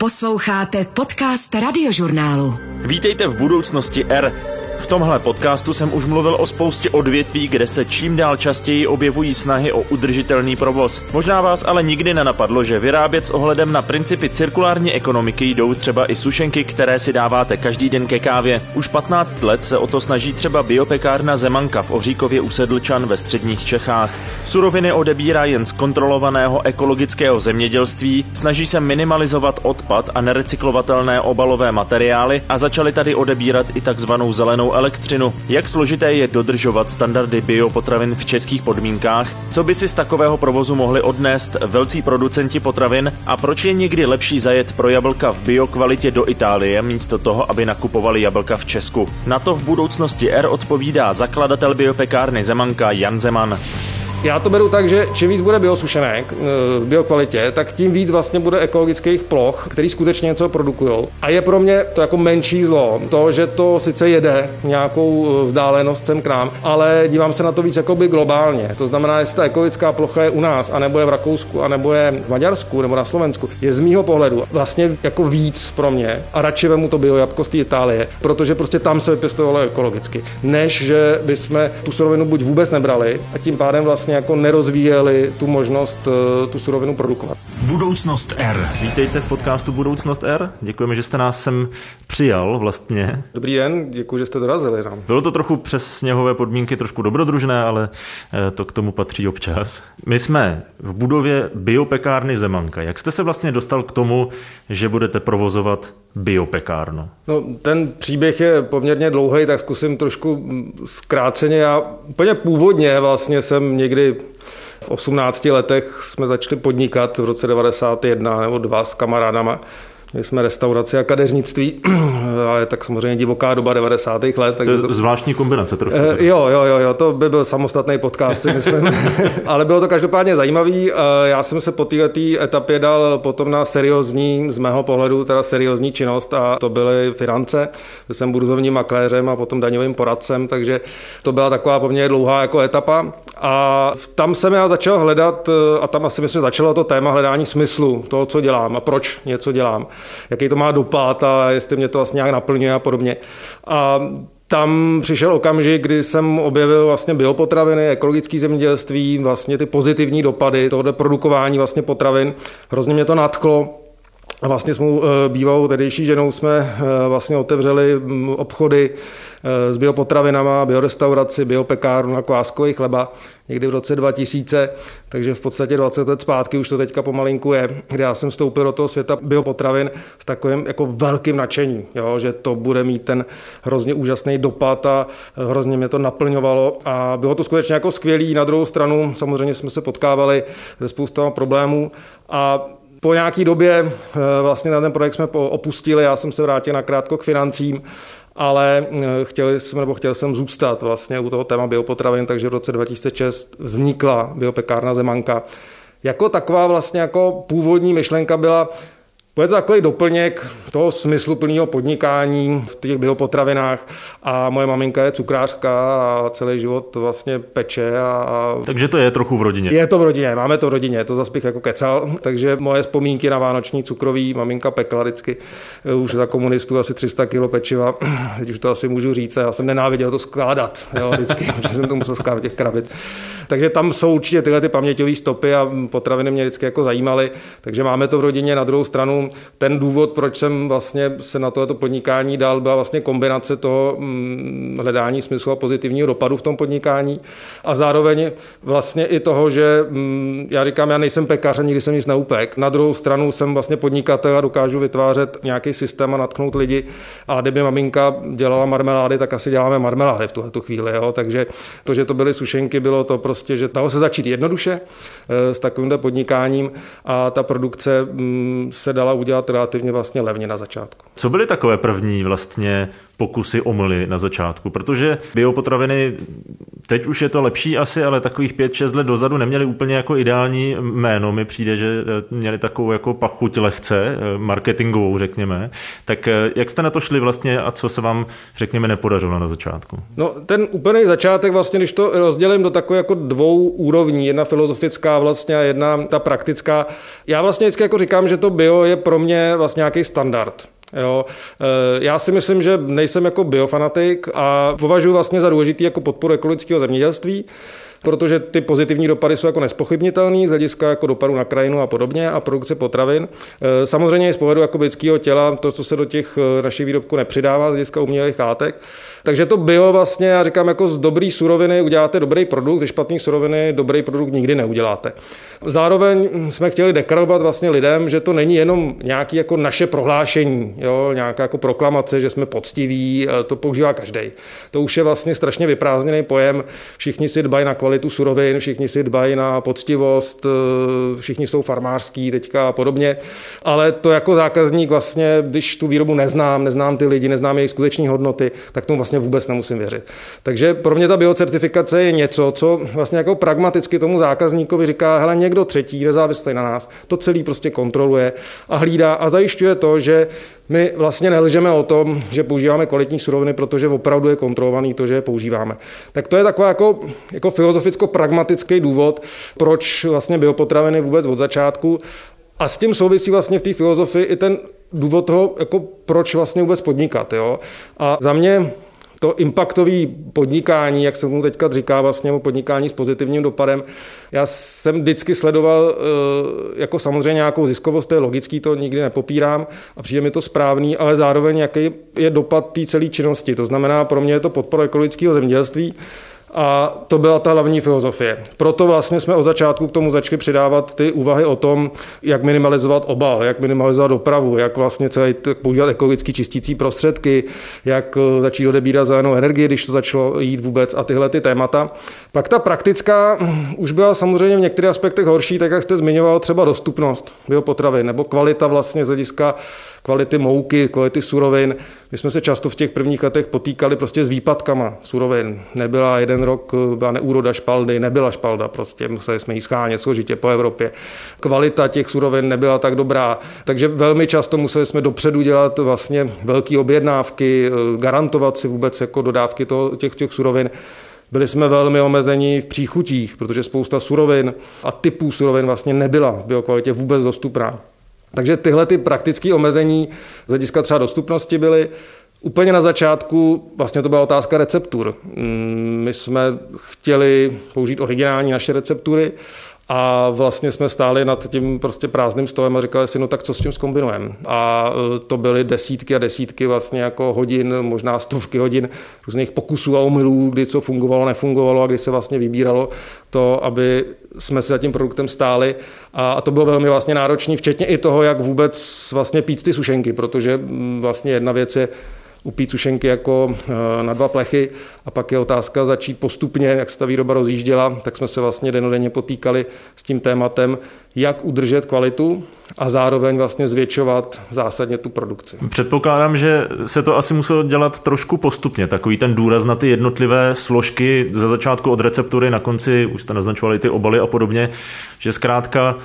Posloucháte podcast Radiožurnálu. Vítejte v budoucnosti R. V tomhle podcastu jsem už mluvil o spoustě odvětví, kde se čím dál častěji objevují snahy o udržitelný provoz. Možná vás ale nikdy nenapadlo, že vyrábět s ohledem na principy cirkulární ekonomiky jdou třeba i sušenky, které si dáváte každý den ke kávě. Už 15 let se o to snaží třeba biopekárna Zemanka v Oříkově u Sedlčan ve středních Čechách. Suroviny odebírá jen z kontrolovaného ekologického zemědělství, snaží se minimalizovat odpad a nerecyklovatelné obalové materiály a začali tady odebírat i takzvanou zelenou elektřinu. Jak složité je dodržovat standardy biopotravin v českých podmínkách? Co by si z takového provozu mohli odnést velcí producenti potravin? A proč je někdy lepší zajet pro jablka v biokvalitě do Itálie místo toho, aby nakupovali jablka v Česku? Na to v budoucnosti R odpovídá zakladatel biopekárny Zemanka Jan Zeman. Já to beru tak, že čím víc bude biosušenek v biokvalitě, tak tím víc vlastně bude ekologických ploch, který skutečně něco produkují. A je pro mě to jako menší zlo, to, že to sice jede nějakou vzdálenost sem k nám, ale dívám se na to víc jakoby globálně. To znamená, jestli ta ekologická plocha je u nás, anebo je v Rakousku, anebo je v Maďarsku, nebo na Slovensku, je z mýho pohledu vlastně jako víc pro mě a radši vemu to biojabko z té Itálie, protože prostě tam se vypěstovalo ekologicky, než že bychom tu surovinu buď vůbec nebrali a tím pádem vlastně jako nerozvíjeli tu možnost tu surovinu produkovat. Budoucnost R. Vítejte v podcastu Budoucnost R. Děkujeme, že jste nás sem přijal vlastně. Dobrý den, děkuji, že jste dorazili. Bylo to trochu přes sněhové podmínky, trošku dobrodružné, ale to k tomu patří občas. My jsme v budově biopekárny Zemanka. Jak jste se vlastně dostal k tomu, že budete provozovat biopekárnu? No, ten příběh je poměrně dlouhý, tak zkusím trošku zkráceně. Já úplně původně vlastně jsem někdy v 18 letech jsme začali podnikat v roce 91 nebo 2 s kamarádama. Měli jsme restauraci a kadeřnictví, ale tak samozřejmě divoká doba 90. let. To je zvláštní kombinace trošku. Jo, to by byl samostatný podcast, si myslím. Ale bylo to každopádně zajímavý. Já jsem se po této etapě dal potom na seriózní, z mého pohledu teda seriózní činnost a to byly finance. Byl jsem burzovním makléřem a potom daňovým poradcem, takže to byla taková poměrně dlouhá jako etapa. A tam jsem já začal hledat, a tam asi myslím začalo to téma hledání smyslu toho, co dělám a proč něco dělám. Jaký to má dopad a jestli mě to vlastně nějak naplňuje a podobně. A tam přišel okamžik, kdy jsem objevil vlastně biopotraviny, ekologické zemědělství, vlastně ty pozitivní dopady tohoto produkování vlastně potravin. Hrozně mě to nadchlo. A vlastně s mou bývalou tehdejší ženou jsme vlastně otevřeli obchody s biopotravinama, biorestauraci, biopekárnu na kváskový chleba někdy v roce 2000, takže v podstatě 20 let zpátky už to teďka pomalinku je, kdy já jsem vstoupil do toho světa biopotravin s takovým jako velkým nadšením, jo, že to bude mít ten hrozně úžasný dopad a hrozně mě to naplňovalo a bylo to skutečně jako skvělý. Na druhou stranu samozřejmě jsme se potkávali se spoustou problémů a po nějaký době vlastně na ten projekt jsme opustili, já jsem se vrátil nakrátko k financím, ale chtěl jsem zůstat vlastně u toho téma biopotravin, takže v roce 2006 vznikla biopekárna Zemanka. Jako taková vlastně jako původní myšlenka byla, bude to takový doplněk toho smysluplného podnikání v těch biopotravinách a moje maminka je cukrářka a celý život vlastně peče. Takže to je trochu v rodině. Je to v rodině, máme to v rodině, to zas bych jako kecal. Takže moje vzpomínky na vánoční cukroví maminka pekla vždycky už za komunistů asi 300 kg pečiva. Teď už to asi můžu říct, já jsem nenáviděl to skládat, jo, vždycky, protože jsem to musel skládat těch krabic. Takže tam jsou určitě tyhle ty paměťové stopy a potraviny mě vždycky jako zajímaly, takže máme to v rodině. Na druhou stranu ten důvod, proč jsem vlastně se na tohleto podnikání dal, byla vlastně kombinace toho hledání smyslu a pozitivního dopadu v tom podnikání a zároveň vlastně i toho, že já říkám, já nejsem pekař a nikdy jsem nic neupek. Na druhou stranu jsem vlastně podnikatel a dokážu vytvářet nějaký systém a nadchnout lidi a kdyby maminka dělala marmelády, tak asi děláme marmelády v tuhletu chvíli, jo? Takže to, že to byly sušenky, bylo to prostě, že dalo se začít jednoduše s takovýmhle podnikáním a ta produkce se dala udělat relativně vlastně levně na začátku. Co byly takové první vlastně pokusy, omyly na začátku? Protože biopotraviny, teď už je to lepší asi, ale takových 5-6 let dozadu neměli úplně jako ideální jméno. Mi přijde, že měli takovou jako pachuť lehce, marketingovou řekněme. Tak jak jste na to šli vlastně a co se vám řekněme nepodařilo na začátku? No ten úplný začátek vlastně, když to rozdělím do takové jako dvou úrovní, jedna filozofická vlastně a jedna ta praktická. Já vlastně vždycky jako říkám, že to bio je pro mě vlastně nějaký standard. Jo. Já si myslím, že nejsem jako biofanatik a považuji vlastně za důležitý jako podporu ekologického zemědělství, protože ty pozitivní dopady jsou jako nespochybnitelný z hlediska jako dopadu na krajinu a podobně a produkce potravin. Samozřejmě i z pohledu jako lidského těla, to, co se do těch našich výrobků nepřidává z hlediska umělých látek. Takže to bio vlastně, já říkám, jako z dobrý suroviny uděláte dobrý produkt, ze špatný suroviny dobrý produkt nikdy neuděláte. Zároveň jsme chtěli deklarovat vlastně lidem, že to není jenom nějaké jako naše prohlášení, jo, nějaká jako proklamace, že jsme poctiví, to používá každý. To už je vlastně strašně vyprázdněný pojem. Všichni si dbají na kvalitu surovin, všichni si dbají na poctivost, všichni jsou farmářský teďka a podobně. Ale to jako zákazník vlastně, když tu výrobu neznám ty lidi, neznám jejich skutečné hodnoty, tak tomu vlastně vůbec nemusím věřit. Takže pro mě ta biocertifikace je něco, co vlastně jako pragmaticky tomu zákazníkovi říká, hele, někdo třetí, nezávislý na nás, to celý prostě kontroluje a hlídá a zajišťuje to, že my vlastně nelžeme o tom, že používáme kvalitní suroviny, protože opravdu je kontrolovaný to, že je používáme. Tak to je taková jako filozoficko-pragmatický důvod, proč vlastně biopotraviny vůbec od začátku. A s tím souvisí vlastně v té filozofii i ten důvod toho, jako proč vlastně vůbec podnikat. Jo? A za mě to impactové podnikání, jak se mu teďka říká, vlastně podnikání s pozitivním dopadem. Já jsem vždycky sledoval jako samozřejmě nějakou ziskovost, to je logický, to nikdy nepopírám a přijde mi to správný, ale zároveň jaký je dopad té celé činnosti. To znamená, pro mě je to podpora ekologického zemědělství. A to byla ta hlavní filozofie. Proto vlastně jsme od začátku k tomu začali přidávat ty úvahy o tom, jak minimalizovat obal, jak minimalizovat dopravu, jak vlastně používat ekologicky čistící prostředky, jak začít odebírat zelenou energii, když to začalo jít vůbec a tyhle ty témata. Pak ta praktická už byla samozřejmě v některých aspektech horší, tak jak jste zmiňoval, třeba dostupnost biopotravin nebo kvalita vlastně z hlediska kvality mouky, kvality surovin. My jsme se často v těch prvních letech potýkali prostě s výpadkama surovin. Nebyla jeden rok, byla neúroda špaldy, nebyla špalda prostě, museli jsme ji schánět složitě po Evropě. Kvalita těch surovin nebyla tak dobrá, takže velmi často museli jsme dopředu dělat vlastně velké objednávky, garantovat si vůbec jako dodávky těch surovin. Byli jsme velmi omezení v příchutích, protože spousta surovin a typů surovin vlastně nebyla v biokvalitě vůbec dostupná. Takže tyhle ty praktické omezení z hlediska třeba dostupnosti byly. Úplně na začátku vlastně to byla otázka receptur. My jsme chtěli použít originální naše receptury a vlastně jsme stáli nad tím prostě prázdným stolem a říkali si, no tak co s tím zkombinujeme. A to byly desítky a desítky vlastně jako hodin, možná stovky hodin různých pokusů a omylů, kdy co fungovalo, nefungovalo a kdy se vlastně vybíralo to, aby jsme si za tím produktem stáli. A to bylo velmi vlastně náročné, včetně i toho, jak vůbec vlastně pít ty sušenky, protože vlastně jedna věc je upít sušenky jako na 2 plechy a pak je otázka začít postupně, jak se ta výroba rozjížděla, tak jsme se vlastně dennodenně potýkali s tím tématem, jak udržet kvalitu a zároveň vlastně zvětšovat zásadně tu produkci. Předpokládám, že se to asi muselo dělat trošku postupně, takový ten důraz na ty jednotlivé složky ze začátku od receptury, na konci už jste naznačovali ty obaly a podobně, že zkrátka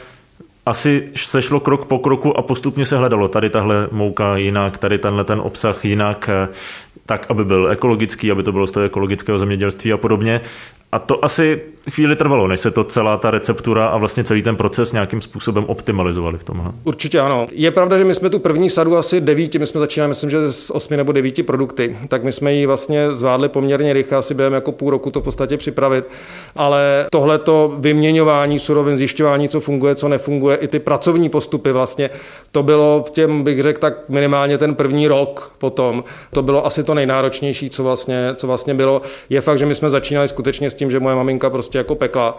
asi se šlo krok po kroku a postupně se hledalo tady tahle mouka jinak, tady tenhle ten obsah jinak, tak, aby byl ekologický, aby to bylo z toho ekologického zemědělství a podobně. A to asi chvíli trvalo, než se to celá ta receptura a vlastně celý ten proces nějakým způsobem optimalizovali v tomhle. Určitě ano. Je pravda, že my jsme tu první sadu asi 9, my jsme začínali, myslím, že z 8 nebo 9 produkty, tak my jsme ji vlastně zvládli poměrně rychle, asi během jako půl roku to v podstatě připravit, ale tohleto vyměňování surovin, zjišťování, co funguje, co nefunguje, i ty pracovní postupy vlastně, to bylo v těm, bych řekl, tak minimálně ten první rok potom, to bylo asi to nejnáročnější, co vlastně bylo. Je fakt, že my jsme začínali skutečně s tím, že moje maminka prostě jako pekla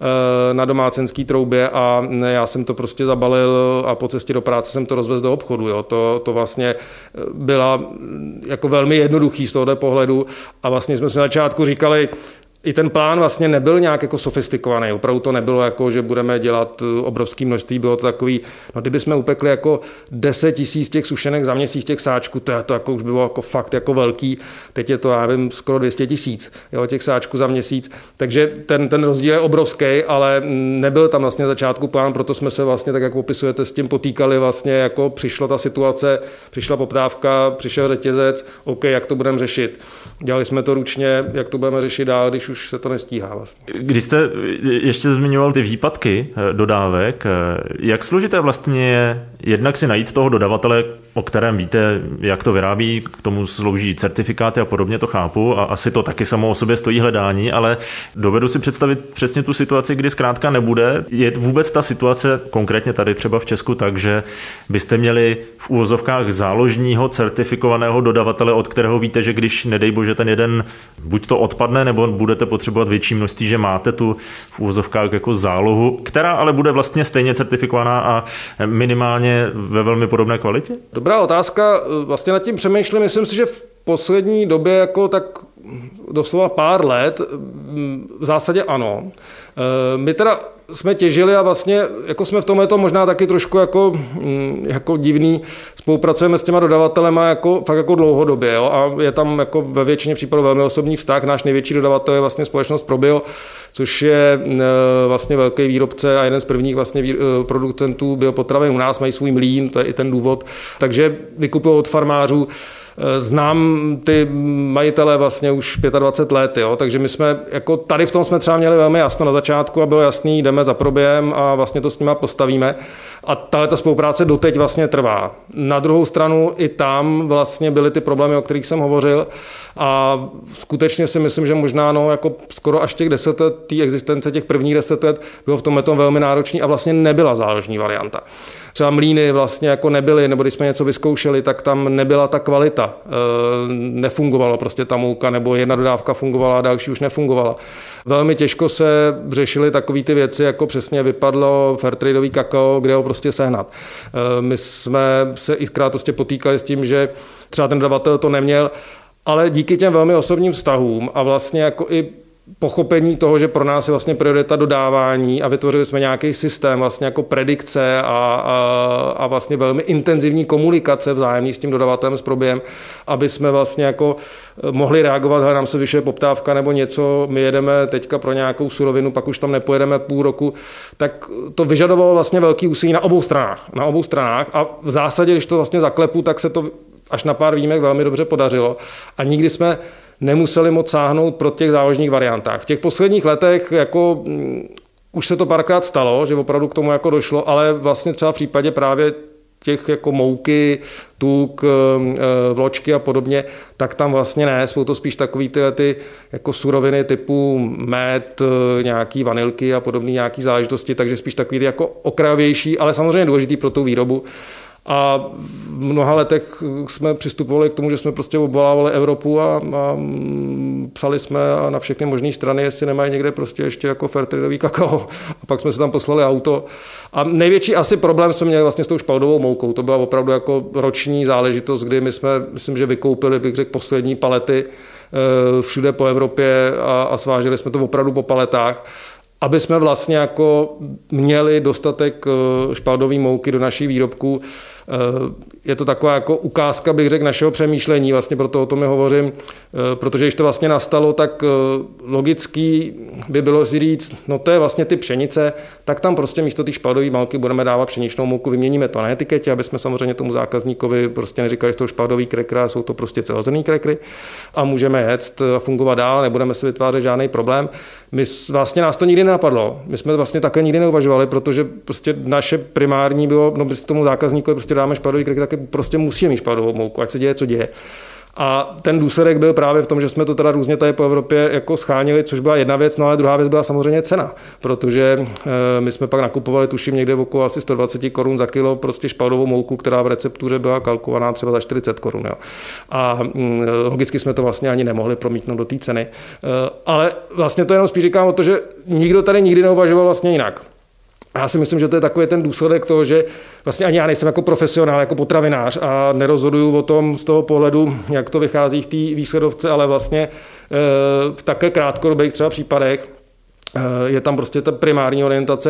na domácenský troubě a já jsem to prostě zabalil a po cestě do práce jsem to rozvezl do obchodu. Jo. To vlastně byla jako velmi jednoduchý z tohoto pohledu a vlastně jsme se na začátku říkali, i ten plán vlastně nebyl nějak jako sofistikovaný. Opravdu to nebylo jako, že budeme dělat obrovské množství. Bylo to takový, no kdyby jsme upekli jako 10 000 těch sušenek za měsíc těch sáčků, to jako už bylo jako fakt jako velký. Teď je to, já nevím, skoro 200 000 těch sáčků za měsíc. Takže ten rozdíl je obrovský, ale nebyl tam vlastně na začátku plán, proto jsme se vlastně, tak jak popisujete, s tím potýkali vlastně, jako přišla ta situace, přišla poptávka, přišel řetězec, OK, jak to budeme řešit. Dělali jsme to ručně, jak to budeme řešit dál, když už se to nestíhá vlastně. Když jste ještě zmiňoval ty výpadky dodávek, jak složité vlastně je jednak si najít toho dodavatele, o kterém víte, jak to vyrábí, k tomu slouží certifikáty a podobně, to chápu a asi to taky samo o sobě stojí hledání, ale dovedu si představit přesně tu situaci, kdy zkrátka nebude. Je vůbec ta situace, konkrétně tady třeba v Česku, tak, že byste měli v úvozovkách záložního certifikovaného dodavatele, od kterého víte, že když nedej bože ten jeden buď to odpadne, nebo budete potřebovat větší množství, že máte tu v úvozovkách jako zálohu, která ale bude vlastně stejně certifikovaná a minimálně ve velmi podobné kvalitě? Dobrá otázka, vlastně nad tím přemýšlím, myslím si, že v poslední době jako tak doslova pár let v zásadě ano. My teda jsme těžili a vlastně jako jsme v tomhle to možná taky trošku jako divný, spolupracujeme s těma dodavatelema fakt jako dlouhodobě, jo? A je tam jako ve většině případů velmi osobní vztah. Náš největší dodavatel je vlastně společnost Probio, což je vlastně velký výrobce a jeden z prvních vlastně producentů biopotravin u nás, mají svůj mlýn, to je i ten důvod, takže vykupují od farmářů. Znám ty majitele vlastně už 25 let, jo? Takže my jsme jako tady v tom jsme třeba měli velmi jasno na začátku a bylo jasný, jdeme za Probiem a vlastně to s nima postavíme. A ta spolupráce doteď vlastně trvá. Na druhou stranu i tam vlastně byly ty problémy, o kterých jsem hovořil a skutečně si myslím, že možná jako skoro až těch 10 let té existence, těch prvních 10 let bylo v tomhle tom velmi náročný a vlastně nebyla záložní varianta. Třeba mlýny vlastně jako nebyly, nebo když jsme něco vyzkoušeli, tak tam nebyla ta kvalita. Nefungovalo prostě ta mouka, nebo jedna dodávka fungovala a další už nefungovala. Velmi těžko se řešily takové ty věci, jako přesně vypadlo fairtradeový kakao, kde ho prostě sehnat. My jsme se xkrát prostě potýkali s tím, že třeba ten dodavatel to neměl, ale díky těm velmi osobním vztahům a vlastně jako i pochopení toho, že pro nás je vlastně priorita dodávání a vytvořili jsme nějaký systém vlastně jako predikce a vlastně velmi intenzivní komunikace vzájemný s tím dodavatelem, s Probiem, aby jsme vlastně jako mohli reagovat, hele, nám se vyšuje poptávka nebo něco, my jedeme teďka pro nějakou surovinu, pak už tam nepojedeme půl roku, tak to vyžadovalo vlastně velký úsilí na obou stranách a v zásadě, když to vlastně zaklepu, tak se to až na pár výjimek velmi dobře podařilo a nikdy jsme nemuseli moc sáhnout pro těch záložních variantách. V těch posledních letech jako už se to párkrát stalo, že opravdu k tomu jako došlo, ale vlastně třeba v případě právě těch jako mouky, tuk, vločky a podobně, tak tam vlastně ne, jsou to spíš takový ty jako suroviny typu med, nějaký vanilky a podobné nějaký záležitosti, takže spíš takový ty jako okrajovější, ale samozřejmě důležitý pro tu výrobu. A v mnoha letech jsme přistupovali k tomu, že jsme prostě obvolávali Evropu a psali jsme na všechny možné strany, jestli nemají někde prostě ještě jako fairtradeový kakao. A pak jsme se tam poslali auto. A největší asi problém jsme měli vlastně s tou špaldovou moukou. To byla opravdu jako roční záležitost, kdy my jsme, myslím, že vykoupili, bych řekl, poslední palety všude po Evropě a sváželi jsme to opravdu po paletách, aby jsme vlastně jako měli dostatek špaldové mouky do našich výrobků. Je to taková jako ukázka, bych řekl, našeho přemýšlení, vlastně proto o tom hovořím, protože když to vlastně nastalo, tak logický by bylo si říct, no to je vlastně ty pšenice, tak tam prostě místo té špaldové mouky budeme dávat pšeničnou mouku, vyměníme to na etiketě, aby jsme samozřejmě tomu zákazníkovi prostě neříkali, že to špaldový krekry, jsou to prostě celozrnný krekry a můžeme jet a fungovat dál, nebudeme si vytvářet žádný problém. Vlastně nás to nikdy nenapadlo. My jsme vlastně také nikdy neuvažovali, protože prostě naše primární bylo, no bez tomu zákazníkovi prostě dáme špaldový krekry, tak prostě musíme mít špaldovou mouku, ať se děje, co děje. A ten důsledek byl právě v tom, že jsme to teda různě tady po Evropě jako schánili, což byla jedna věc, no ale druhá věc byla samozřejmě cena, protože my jsme pak nakupovali, tuším, někde okolo asi 120 korun za kilo prostě špaldovou mouku, která v receptuře byla kalkulovaná třeba za 40 korun. Jo. A logicky jsme to vlastně ani nemohli promítnout do té ceny. Ale vlastně to jenom spíš říkám o to, že nikdo tady nikdy neuvažoval vlastně jinak. A já si myslím, že to je takový ten důsledek toho, že vlastně ani já nejsem jako profesionál, jako potravinář a nerozhoduju o tom z toho pohledu, jak to vychází v té výsledovce, ale vlastně v také krátkodobých třeba případech je tam prostě ta primární orientace,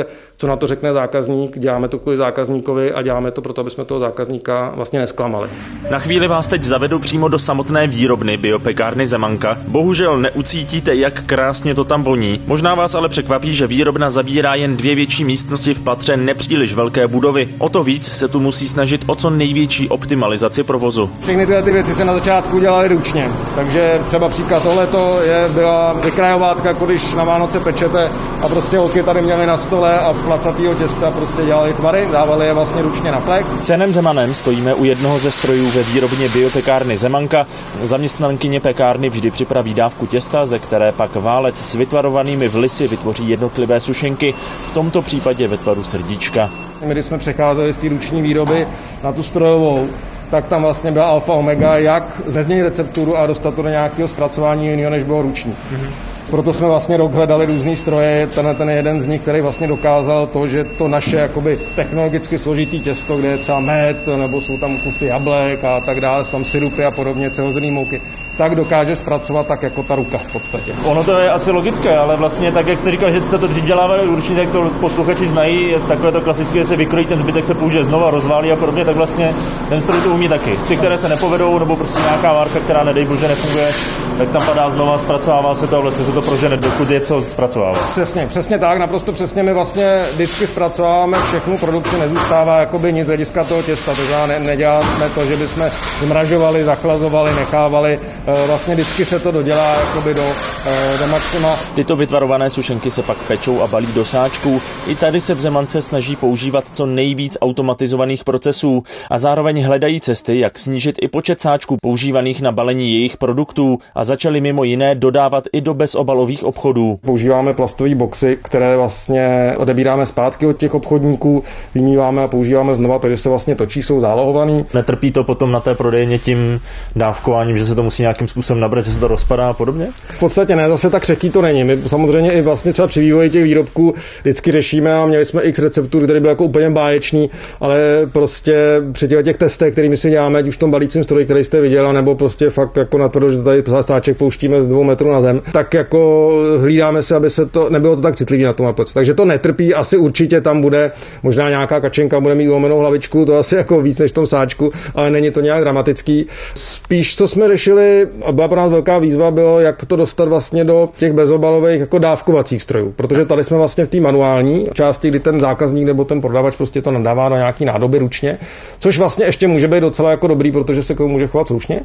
co na to řekne zákazník, děláme to kvůli zákazníkovi a děláme to proto, aby jsme toho zákazníka vlastně nesklamali. Na chvíli vás teď zavedu přímo do samotné výrobny biopekárny Zemanka. Bohužel neucítíte, jak krásně to tam voní. Možná vás ale překvapí, že výrobna zabírá jen 2 větší místnosti v patře nepříliš velké budovy. O to víc se tu musí snažit o co největší optimalizaci provozu. Všechny tyhle věci se na začátku dělaly ručně, takže třeba příklad tohleto byla vykrajovátka, jako když na Vánoce pečete a prostě holky tady měly na stole a z placatýho těsta prostě dělali tvary, dávali je vlastně ručně na plek. S Janem Zemanem stojíme u jednoho ze strojů ve výrobně biopekárny Zemanka. Zaměstnankyně pekárny vždy připraví dávku těsta, ze které pak válec s vytvarovanými vlisy vytvoří jednotlivé sušenky, v tomto případě ve tvaru srdíčka. My když jsme přecházeli z té ruční výroby na tu strojovou, tak tam vlastně byla alfa omega, jak nezměnit recepturu a dostat to do nějakého zpracování jiného, než bylo ruční. Proto jsme vlastně rok hledali různý stroje, ten jeden z nich, který vlastně dokázal to, že to naše jakoby technologicky složitý těsto, kde je třeba med, nebo jsou tam kusy jablek a tak dále, jsou tam sirupy a podobně, celozrnné mouky, tak dokáže zpracovat tak jako ta ruka v podstatě. Ono to je asi logické, ale vlastně tak, jak jste říkal, že jste to dřív dělávali určitě, tak to posluchači znají, takové to klasické, že se vykrojí, ten zbytek se použije znova, rozválí a podobně, tak vlastně ten stroj to umí taky. Ty, které se nepovedou, nebo prostě nějaká várka, která nedej bože nefunguje, tak tam padá znova, zpracovává se to a vlastně se to prožene, dokud je co zpracovává. Přesně tak, naprosto přesně. My vlastně vždycky zpracováváme všechnu produkci, nezůstává jakoby nic z hlediska toho těsta, to znamená neděláme to, že bychom zmražovali, zachlazovali, nechávali. Vlastně vždycky se to dodělá jakoby do maxima. Tyto vytvarované sušenky se pak pečou a balí do sáčků. I tady se v Zemance snaží používat co nejvíc automatizovaných procesů a zároveň hledají cesty, jak snížit i počet sáčků používaných na balení jejich produktů a začali mimo jiné dodávat i do bezobalových obchodů. Používáme plastové boxy, které vlastně odebíráme zpátky od těch obchodníků, vymýváme a používáme znova, takže se vlastně točí, jsou zálohovaný. Netrpí to potom na té prodejně tím dávkováním, že se to musí nějakým způsobem nabrat, že se to rozpadá a podobně? V podstatě ne, zase tak křehký to není. My samozřejmě i vlastně třeba při vývoji těch výrobků vždycky řešíme a měli jsme x receptur, které byly jako úplně báječný, ale prostě při těch testech, kterými si děláme, ať už v tom balícím stroji, který jste viděla, nebo prostě fakt jako natvrdo, že tady sáček pouštíme z 2 metrů na zem, tak jako hlídáme se, aby se to nebylo to tak citlivý na tom aplec. Takže to netrpí, asi určitě tam bude, možná nějaká kačenka bude mít lomenou hlavičku, to asi jako víc než v tom sáčku, ale není to nějak dramatický. Spíš co jsme řešili, a byla pro nás velká výzva, bylo, jak to dostat vlastně do těch bezobalových jako dávkovacích strojů, protože tady jsme vlastně v té manuální části, kdy ten zákazník nebo ten prodavač prostě to nadává do nějaký nádoby ručně, což vlastně ještě může být docela jako dobrý, protože se k tomu může chovat slušně,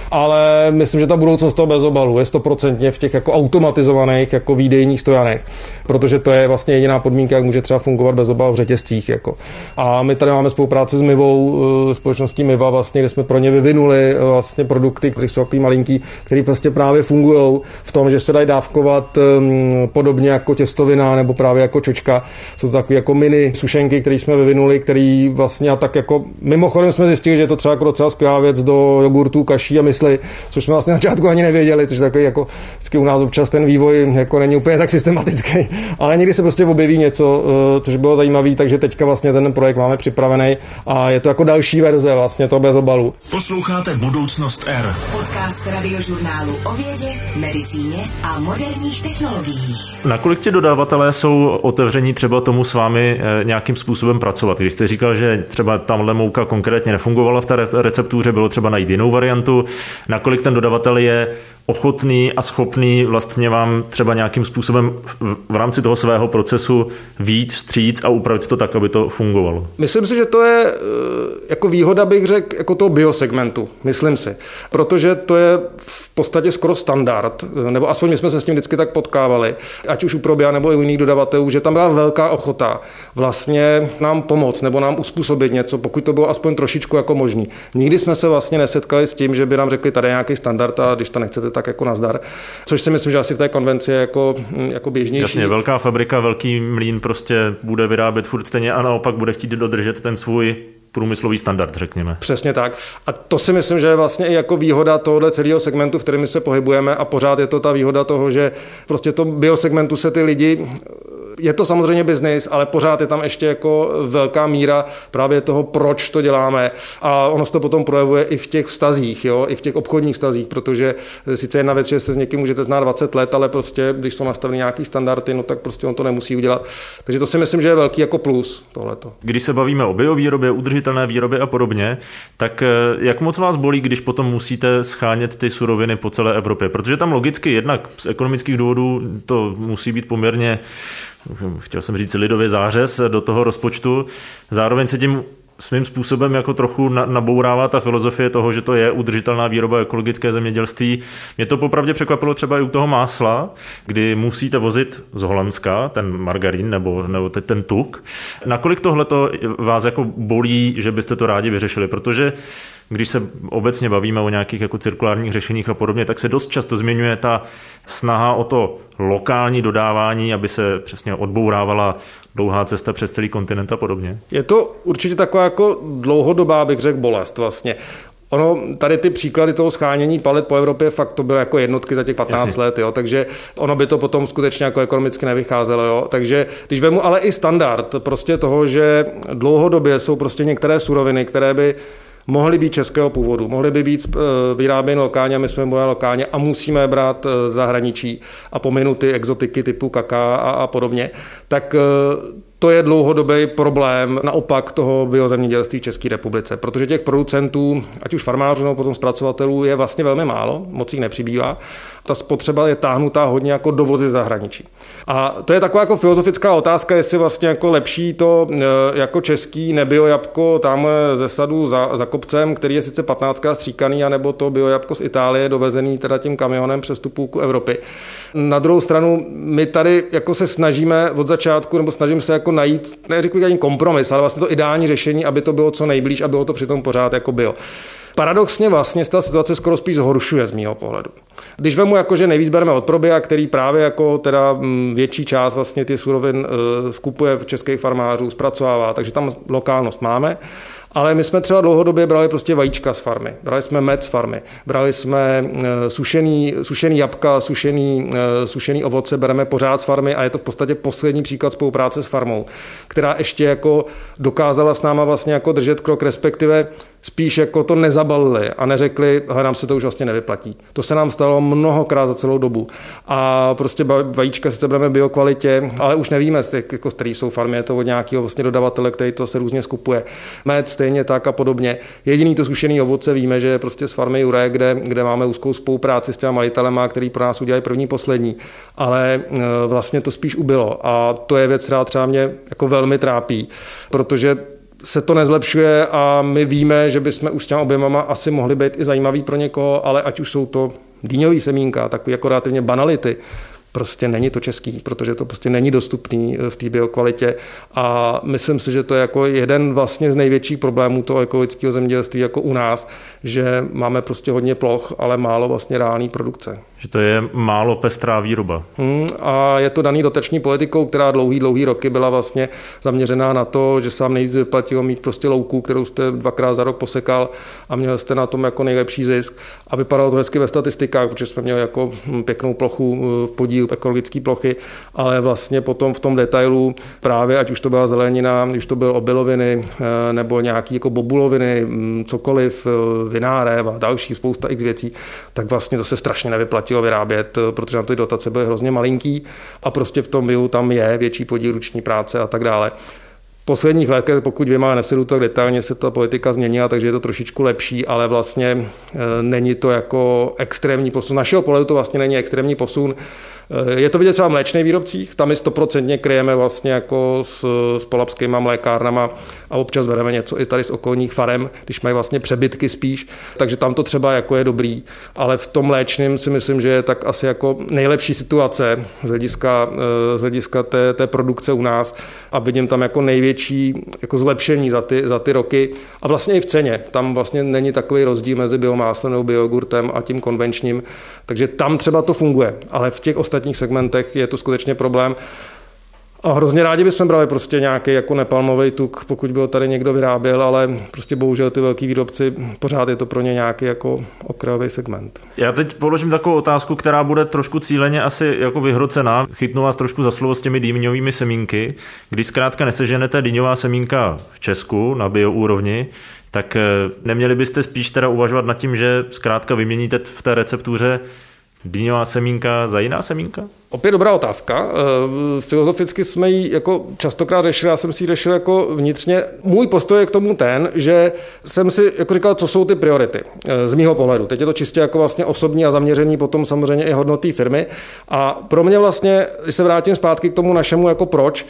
ale myslím, že ta budoucnost toho bezobalu je 100% v těch jako automatizovaných jako výdejních stojanech, protože to je vlastně jediná podmínka, jak může třeba fungovat bezobal v řetězcích jako. A my tady máme spolupráci s Mivou, společností Miva vlastně, kde jsme pro ně vyvinuli vlastně produkty, které jsou takový malinký, které prostě právě fungují v tom, že se dají dávkovat podobně jako těstovina nebo právě jako čočka. Jsou to takové jako mini sušenky, které jsme vyvinuli, které vlastně a tak jako mimochodem jsme zjistili, že je to třeba jako docela skvělá věc do jogurtů, kaší a mysli, což jsme vlastně na začátku ani nevěděli, což takový jako vždycky u nás občas ten vývoj jako není úplně tak systematický, ale někdy se prostě objeví něco, což bylo zajímavé, takže teďka vlastně ten projekt máme připravený a je to jako další verze vlastně toho bezobalu. Posloucháte Budoucnost R. Podcast Radiožurnálu o vědě, medicíně a moderních technologiích. Nakolik ti dodavatelé jsou otevření třeba tomu s vámi nějakým způsobem pracovat? Když jste říkal, že třeba tamhle mouka konkrétně nefungovala v té receptuře, bylo třeba najít jinou variantu, nakolik ten dodavatel je ochotný a schopný vlastně vám třeba nějakým způsobem v rámci toho svého procesu víc vstříc a upravit to tak, aby to fungovalo? Myslím si, že to je jako výhoda, bych řekl, jako toho biosegmentu. Myslím si. Protože to je v podstatě skoro standard, nebo aspoň my jsme se s tím vždycky tak potkávali, ať už u Probia nebo i u jiných dodavatelů, že tam byla velká ochota vlastně nám pomoct nebo nám uspůsobit něco, pokud to bylo aspoň trošičku jako možný. Nikdy jsme se vlastně nesetkali s tím, že by nám řekli, tady je nějaký standard a když to nechcete, tak jako nazdar. Což si myslím, že asi v té konvenci je jako běžnější. Jasně, velká fabrika, velký mlýn prostě bude vyrábět furt stejně a naopak bude chtít dodržet ten svůj průmyslový standard, řekněme. Přesně tak. A to si myslím, že je vlastně i jako výhoda tohohle celého segmentu, v kterém se pohybujeme a pořád je to ta výhoda toho, že prostě to biosegmentu se ty lidi je to samozřejmě biznis, ale pořád je tam ještě jako velká míra právě toho, proč to děláme. A ono se to potom projevuje i v těch vztazích, jo? I v těch obchodních vztazích, protože sice jedna věc, že se s někým můžete znát 20 let, ale prostě, když jsou nastaveny nějaký standardy, no tak prostě on to nemusí udělat. Takže to si myslím, že je velký jako plus tohleto. Když se bavíme o biovýrobě, udržitelné výrobě a podobně, tak jak moc vás bolí, když potom musíte schánět ty suroviny po celé Evropě? Protože tam logicky jednak z ekonomických důvodů to musí být poměrně, chtěl jsem říct lidově, zářez do toho rozpočtu. Zároveň se tím svým způsobem jako trochu nabourává ta filozofie toho, že to je udržitelná výroba, ekologické zemědělství. Mě to popravdě překvapilo třeba i u toho másla, kdy musíte vozit z Holandska ten margarín nebo ten tuk. Nakolik tohleto vás jako bolí, že byste to rádi vyřešili? Protože když se obecně bavíme o nějakých jako cirkulárních řešeních a podobně, tak se dost často zmiňuje ta snaha o to lokální dodávání, aby se přesně odbourávala dlouhá cesta přes celý kontinent a podobně. Je to určitě taková jako dlouhodobá, bych řekl, bolest vlastně. Ono, tady ty příklady toho schánění palet po Evropě, fakt to bylo jako jednotky za těch 15 let, jo, takže ono by to potom skutečně jako ekonomicky nevycházelo, jo, takže když vemu ale i standard prostě toho, že dlouhodobě jsou prostě některé suroviny, které by mohly být českého původu, mohly by být vyráběny lokálně, my jsme byli lokálně a musíme brát zahraničí a pominu ty exotiky typu kaká a podobně, tak to je dlouhodobý problém naopak toho biozemědělství v České republice, protože těch producentů, ať už farmářů nebo potom zpracovatelů, je vlastně velmi málo, moc jich nepřibývá. Ta spotřeba je táhnutá hodně jako dovozy zahraničí. A to je taková jako filozofická otázka, jestli vlastně jako lepší to jako český nebiojabko tam ze sadu za kopcem, který je sice 15krát stříkaný, anebo to biojabko z Itálie dovezený teda tím kamionem přes tu půlku Evropy. Na druhou stranu my tady jako se snažíme od začátku, nebo snažím se jako najít, neřeknu ani kompromis, ale vlastně to ideální řešení, aby to bylo co nejblíž a bylo to přitom pořád jako bio. Paradoxně vlastně ta situace skoro spíš zhoršuje z mýho pohledu. Když vemu jako, že nejvíc bereme od Probia, který právě jako teda větší část vlastně ty surovin skupuje v českých farmářů, zpracovává, takže tam lokálnost máme. Ale my jsme třeba dlouhodobě brali prostě vajíčka z farmy, brali jsme med z farmy, brali jsme sušený jabka, sušený ovoce, bereme pořád z farmy a je to v podstatě poslední příklad spolupráce s farmou, která ještě jako dokázala s náma vlastně jako držet krok, respektive spíš jako to nezabalili a neřekli, nám se to už vlastně nevyplatí. To se nám stalo mnohokrát za celou dobu. A prostě vajíčka sice bereme biokvalitě, ale už nevíme, jako z který jsou farmy, je to od nějakého vlastně dodavatele, který to se různě skupuje. Med stejně tak a podobně. Jediný to sušený ovoce víme, že je prostě z farmy Juré, kde máme úzkou spolupráci s těma majitelema, který pro nás udělají první, poslední. Ale vlastně to spíš ubylo. A to je věc, která třeba mě jako velmi trápí, protože se to nezlepšuje a my víme, že bychom už s těma objemama asi mohli být i zajímavý pro někoho, ale ať už jsou to dýňový semínka, takový jako relativně banality, prostě není to český, protože to prostě není dostupný v té biokvalitě a myslím si, že to je jako jeden vlastně z největších problémů toho ekologického zemědělství jako u nás, že máme prostě hodně ploch, ale málo vlastně reálné produkce. Že to je málo pestrá výroba. A je to daný dotační politikou, která dlouhý roky byla vlastně zaměřená na to, že se vám nejvíc vyplatilo mít prostě louku, kterou jste 2krát za rok posekal a měl jste na tom jako nejlepší zisk a vypadalo to hezky ve statistikách, protože jsme měli jako pěknou plochu v podílu ekologické plochy, ale vlastně potom v tom detailu právě, ať už to byla zelenina, už to bylo obiloviny nebo nějaký jako bobuloviny, cokoliv, vinárev a další spousta x věcí, tak vlastně to se strašně nevyplatilo vyrábět, protože na ty dotace byly hrozně malinký a prostě v tom bio tam je větší podíl ruční práce a tak dále. V posledních letech, pokud vyjma nesedu tak detailně, se ta politika změnila, takže je to trošičku lepší, ale vlastně není to jako extrémní posun. Z našeho pohledu to vlastně není extrémní posun. Je to vidět třeba v mléčných výrobcích, tam my 100% kryjeme vlastně jako s polabskýma mlékárnama a občas bereme něco i tady z okolních farem, když mají vlastně přebytky spíš, takže tam to třeba jako je dobrý, ale v tom mléčném si myslím, že je tak asi jako nejlepší situace z hlediska té produkce u nás a vidím tam jako největší jako zlepšení za ty roky a vlastně i v ceně. Tam vlastně není takový rozdíl mezi biomáslem nebo biojogurtem a tím konvenčním, takže tam třeba to funguje, ale v těch ostatních segmentech je to skutečně problém. A hrozně rádi bychom brali prostě nějaký jako nepalmový tuk, pokud by ho tady někdo vyráběl, ale prostě bohužel ty velký výrobci, pořád je to pro ně nějaký jako okrajový segment. Já teď položím takovou otázku, která bude trošku cíleně asi jako vyhrocená. Chytnu vás trošku za slovo s těmi dýňovými semínky. Když zkrátka neseženete dýňová semínka v Česku na bioúrovni, tak neměli byste spíš teda uvažovat nad tím, že zkrátka vyměníte v té receptuře dýňová semínka za jiná semínka? Opět dobrá otázka. Filozoficky jsme ji jako častokrát řešili, já jsem si ji řešil jako vnitřně. Můj postoj je k tomu ten, že jsem si jako říkal, co jsou ty priority z mýho pohledu. Teď je to čistě jako vlastně osobní a zaměření potom samozřejmě i hodnoty firmy. A pro mě vlastně, když se vrátím zpátky k tomu našemu jako proč,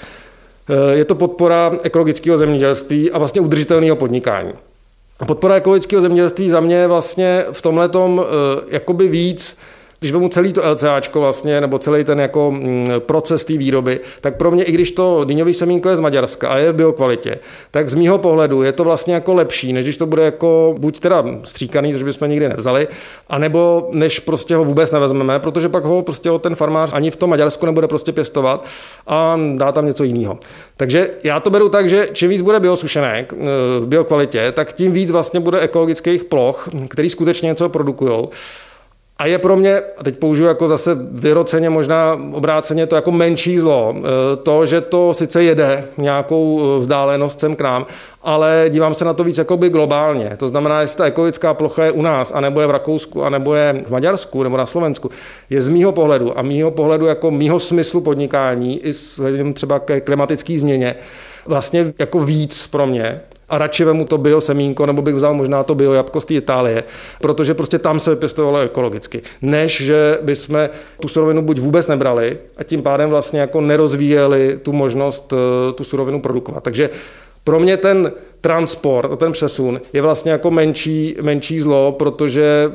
je to podpora ekologického zemědělství a vlastně udržitelného podnikání. Podpora ekologického zemědělství za mě vlastně v tomhletom jakoby víc, když vemu celý to LCAčko vlastně, nebo celý ten jako proces té výroby, tak pro mě, i když to dýňový semínko je z Maďarska a je v biokvalitě, tak z mýho pohledu je to vlastně jako lepší, než když to bude jako buď teda stříkaný, což bychom nikdy nevzali, anebo než prostě ho vůbec nevezmeme, protože pak ho prostě ten farmář ani v tom Maďarsku nebude prostě pěstovat a dá tam něco jiného. Takže já to beru tak, že čím víc bude biosušenek v biokvalitě, tak tím víc vlastně bude ekologických ploch, který skutečně něco produkujou. A je pro mě, a teď použiju jako zase vyroceně, možná obráceně, to jako menší zlo. To, že to sice jede nějakou vzdálenost sem k nám, ale dívám se na to víc jakoby globálně. To znamená, jestli ta ekologická plocha je u nás, anebo je v Rakousku, anebo je v Maďarsku, nebo na Slovensku, je z mýho pohledu a mýho pohledu jako mýho smyslu podnikání i s třeba ke klimatické změně vlastně jako víc pro mě. A radši vemu to biosemínko, nebo bych vzal možná to biojabko z té Itálie, protože prostě tam se vypěstovalo ekologicky. Než že bychom tu surovinu buď vůbec nebrali a tím pádem vlastně jako nerozvíjeli tu možnost tu surovinu produkovat. Takže pro mě ten transport a ten přesun je vlastně jako menší zlo, protože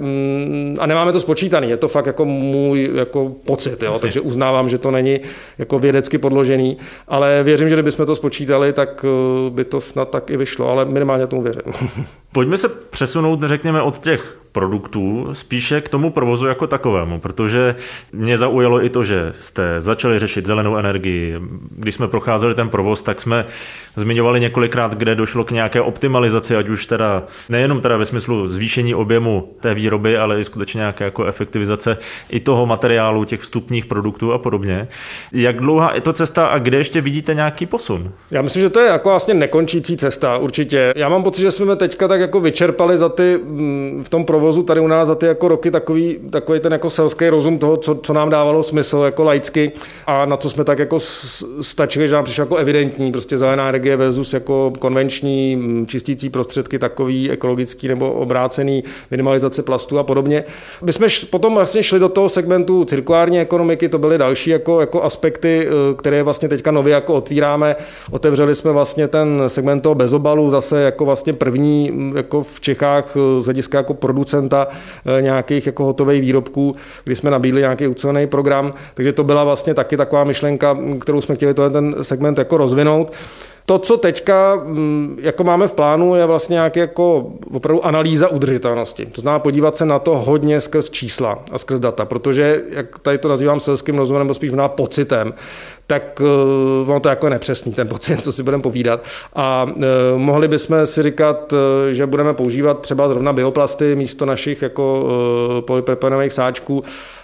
a nemáme to spočítaný, je to fakt jako můj jako pocit, jo? Takže uznávám, že to není jako vědecky podložený, ale věřím, že kdybychom to spočítali, tak by to snad tak i vyšlo, ale minimálně tomu věřím. Pojďme se přesunout, řekněme, od těch produktů spíše k tomu provozu jako takovému, protože mě zaujalo i to, že jste začali řešit zelenou energii. Když jsme procházeli ten provoz, tak jsme zmiňovali několikrát, kde došlo k nějaké optimalizaci, ať už teda nejenom teda ve smyslu zvýšení objemu té výroby, ale i skutečně nějaké jako efektivizace i toho materiálu, těch vstupních produktů a podobně. Jak dlouhá je to cesta a kde ještě vidíte nějaký posun? Já myslím, že to je jako vlastně nekončící cesta, určitě. Já mám pocit, že jsme teďka tak jako vyčerpali za ty v tom provozu tady u nás za ty jako roky takový ten jako selský rozum toho, co nám dávalo smysl jako laicky a na co jsme tak jako stačili, že nám přišlo jako evidentní, prostě zelená energie versus jako konvenční čistící prostředky, takový ekologický nebo obrácený, minimalizace plastů a podobně. My jsme potom vlastně šli do toho segmentu cirkulární ekonomiky, to byly další jako aspekty, které vlastně teďka nově jako otvíráme. Otevřeli jsme vlastně ten segment toho bezobalu, zase jako vlastně první jako v Čechách z hlediska jako producenta nějakých jako hotových výrobků, kdy jsme nabídli nějaký ucelený program, takže to byla vlastně taky taková myšlenka, kterou jsme chtěli ten segment jako rozvinout. To, co teďka jako máme v plánu, je vlastně nějaký jako opravdu analýza udržitelnosti. To znamená podívat se na to hodně skrz čísla a skrz data, protože, jak tady to nazývám selským rozumem, nebo spíš možná pocitem, tak ono to jako je nepřesný, ten pocit, co si budeme povídat. A mohli bychom si říkat, že budeme používat třeba zrovna bioplasty místo našich jako polypropilenových sáčků,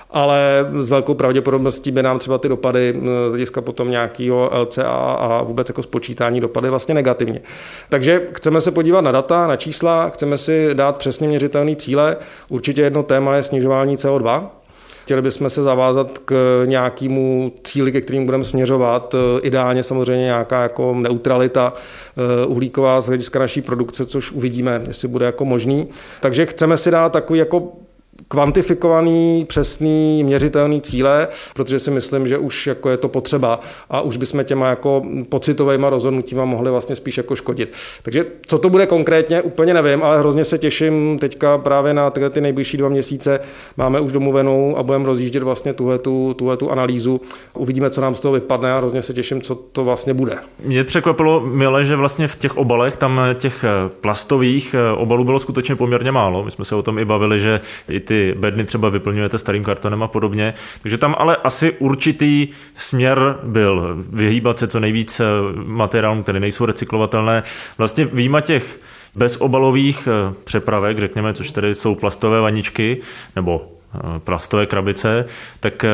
ale s velkou pravděpodobností by nám třeba ty dopady z hlediska potom nějakého LCA a vůbec jako spočítání dopady vlastně negativně. Takže chceme se podívat na data, na čísla, chceme si dát přesně měřitelné cíle. Určitě jedno téma je snižování CO2. Chtěli bychom se zavázat k nějakému cíli, ke kterým budeme směřovat. Ideálně samozřejmě nějaká jako neutralita uhlíková z hlediska naší produkce, což uvidíme, jestli bude jako možný. Takže chceme si dát takový jako kvantifikovaný, přesný, měřitelný cíle, protože si myslím, že už jako je to potřeba a už bychom těma jako pocitovejma rozhodnutíma mohli vlastně spíš jako škodit. Takže co to bude konkrétně, úplně nevím, ale hrozně se těším teďka právě na ty nejbližší 2 měsíce. Máme už domluvenou a budeme rozjíždět vlastně tuhletu analýzu. Uvidíme, co nám z toho vypadne a hrozně se těším, co to vlastně bude. Mě překvapilo, Mile, že vlastně v těch obalech, tam těch plastových obalů bylo skutečně poměrně málo. My jsme se o tom i bavili, že i ty bedny třeba vyplňujete starým kartonem a podobně. Takže tam ale asi určitý směr byl vyhýbat se co nejvíc materiálům, které nejsou recyklovatelné. Vlastně vyjma těch bezobalových přepravek, řekněme, což tedy jsou plastové vaničky nebo plastové krabice, tak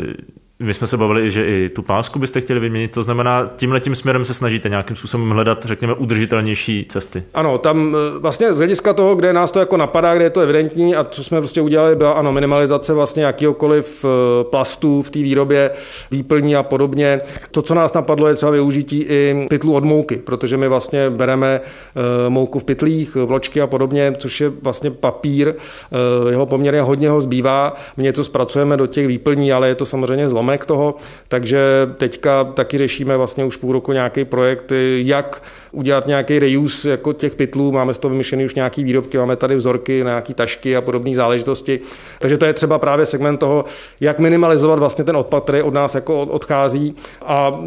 my jsme se bavili, že i tu pásku byste chtěli vyměnit, to znamená, tímhletím směrem se snažíte nějakým způsobem hledat, řekněme, udržitelnější cesty. Ano, tam vlastně z hlediska toho, kde nás to jako napadá, kde je to evidentní a co jsme prostě udělali, byla minimalizace vlastně jakýhokoliv plastů v té výrobě, výplní a podobně. To, co nás napadlo, je třeba využití i pytlů od mouky, protože my vlastně bereme mouku v pytlích, vločky a podobně, což je vlastně papír, jeho poměrně hodně ho zbývá, my něco zpracujeme do těch výplní, ale je to samozřejmě zlomek toho, takže teďka taky řešíme vlastně už půl roku nějaký projekt, jak udělat nějaký reuse jako těch pytlů, máme z toho vymyšlený už nějaký výrobky, máme tady vzorky, nějaký tašky a podobné záležitosti, takže to je třeba právě segment toho, jak minimalizovat vlastně ten odpad, který od nás jako odchází a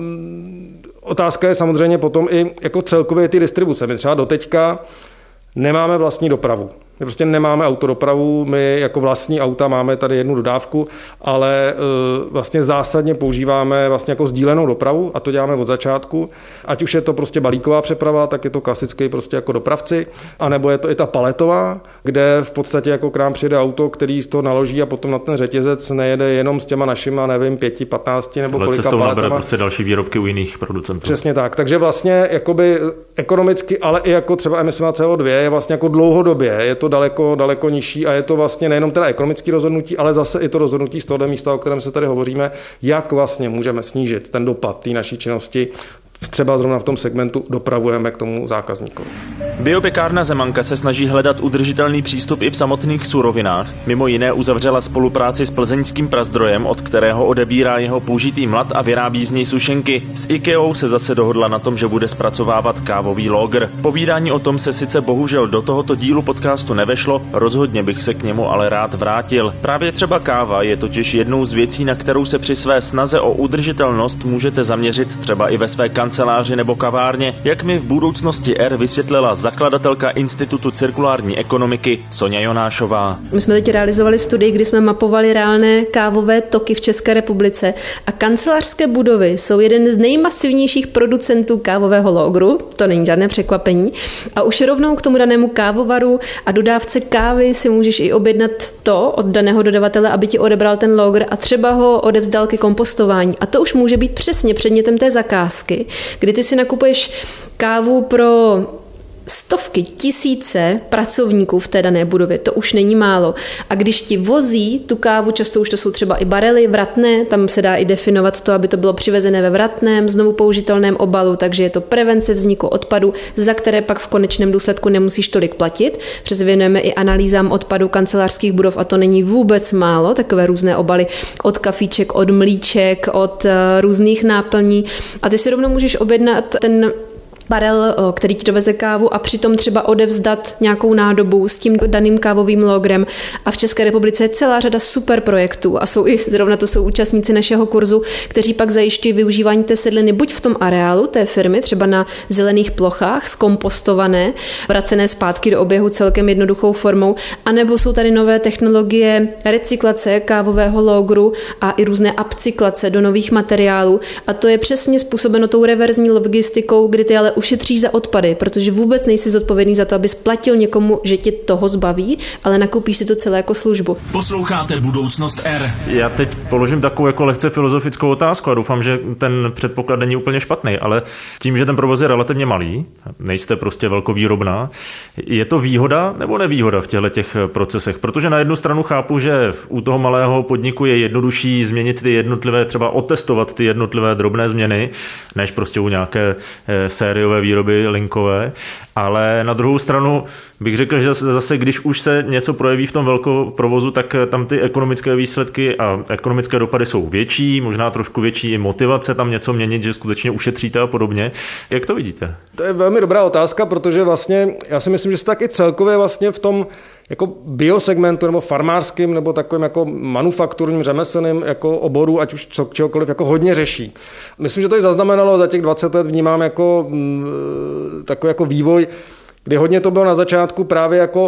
otázka je samozřejmě potom i jako celkově ty distribuce. My třeba doteďka nemáme vlastní dopravu. My prostě nemáme autodopravu, my jako vlastní auta máme tady jednu dodávku, ale vlastně zásadně používáme vlastně jako sdílenou dopravu a to děláme od začátku. Ať už je to prostě balíková přeprava, tak je to klasický prostě jako dopravci, anebo je to i ta paletová, kde v podstatě jako k nám přijede auto, který z toho naloží a potom na ten řetězec nejede jenom s těma našima, nevím, 5, 15 nebo ale kolika paletama. Nabere prostě další výrobky u jiných producentů. Přesně tak. Takže vlastně jakoby ekonomicky, ale i jako třeba emise CO2 je vlastně jako dlouhodobě, je to daleko nižší a je to vlastně nejenom teda ekonomické rozhodnutí, ale zase i to rozhodnutí z toho místa, o kterém se tady hovoříme, jak vlastně můžeme snížit ten dopad té naší činnosti. Třeba zrovna v tom segmentu dopravujeme k tomu zákazníkovi. Biopekárna Zemanka se snaží hledat udržitelný přístup i v samotných surovinách. Mimo jiné uzavřela spolupráci s plzeňským prazdrojem, od kterého odebírá jeho použitý mlad a vyrábí z něj sušenky. S IKEAou se zase dohodla na tom, že bude zpracovávat kávový logr. Povídání o tom se sice bohužel do tohoto dílu podcastu nevešlo, rozhodně bych se k němu ale rád vrátil. Právě třeba káva je totiž jednou z věcí, na kterou se při své snaze o udržitelnost můžete zaměřit třeba i ve své kanceláři nebo kavárně, jak mi v Budoucnosti R vysvětlila zakladatelka Institutu cirkulární ekonomiky Sonja Jonášová. My jsme teď realizovali studii, kdy jsme mapovali reálné kávové toky v České republice a kancelářské budovy jsou jeden z nejmasivnějších producentů kávového logru, to není žádné překvapení, a už rovnou k tomu danému kávovaru a dodávce kávy si můžeš i objednat to od daného dodavatele, aby ti odebral ten logr a třeba ho odevzdal ke kompostování. A to už může být přesně předmětem té zakázky, kdy ty si nakupuješ kávu pro stovky, tisíce pracovníků v té dané budově, to už není málo. A když ti vozí tu kávu, často už to jsou třeba i barely vratné, tam se dá i definovat to, aby to bylo přivezené ve vratném, znovu použitelném obalu, takže je to prevence vzniku odpadu, za které pak v konečném důsledku nemusíš tolik platit. Přes věnujeme i analýzám odpadu kancelářských budov a to není vůbec málo, takové různé obaly od kafíček, od mlíček, od různých náplní a ty si rovnou můžeš objednat ten barel, který ti doveze kávu a přitom třeba odevzdat nějakou nádobu s tím daným kávovým logrem. A v České republice je celá řada super projektů a jsou i zrovna to jsou účastníci našeho kurzu, kteří pak zajišťují využívání té sedliny buď v tom areálu té firmy, třeba na zelených plochách, zkompostované, vracené zpátky do oběhu celkem jednoduchou formou, anebo jsou tady nové technologie recyklace kávového logru a i různé upcyklace do nových materiálů. A to je přesně způsobeno tou reverzní logistikou, kdy ty ale ušetříš za odpady, protože vůbec nejsi zodpovědný za to, aby splatil někomu, že tě toho zbaví, ale nakoupíš si to celé jako službu. Posloucháte Budoucnost R. Já teď položím takovou jako lehce filozofickou otázku a doufám, že ten předpoklad není úplně špatný, ale tím, že ten provoz je relativně malý, nejste prostě velkovýrobná, je to výhoda nebo nevýhoda v těch procesech? Protože na jednu stranu chápu, že u toho malého podniku je jednodušší změnit ty jednotlivé, třeba otestovat ty jednotlivé drobné změny, než prostě u nějaké sériové výroby linkové, ale na druhou stranu bych řekl, že zase když už se něco projeví v tom velkoprovozu, tak tam ty ekonomické výsledky a ekonomické dopady jsou větší, možná trošku větší i motivace tam něco měnit, že skutečně ušetříte a podobně. Jak to vidíte? To je velmi dobrá otázka, protože vlastně já si myslím, že se taky celkově vlastně v tom jako biosegmentu nebo farmářským nebo takovým jako manufakturním řemeslným jako oboru, ať už čehokoliv, jako hodně řeší. Myslím, že to i zaznamenalo za těch 20 let, vnímám jako takový jako vývoj, kdy hodně to bylo na začátku právě jako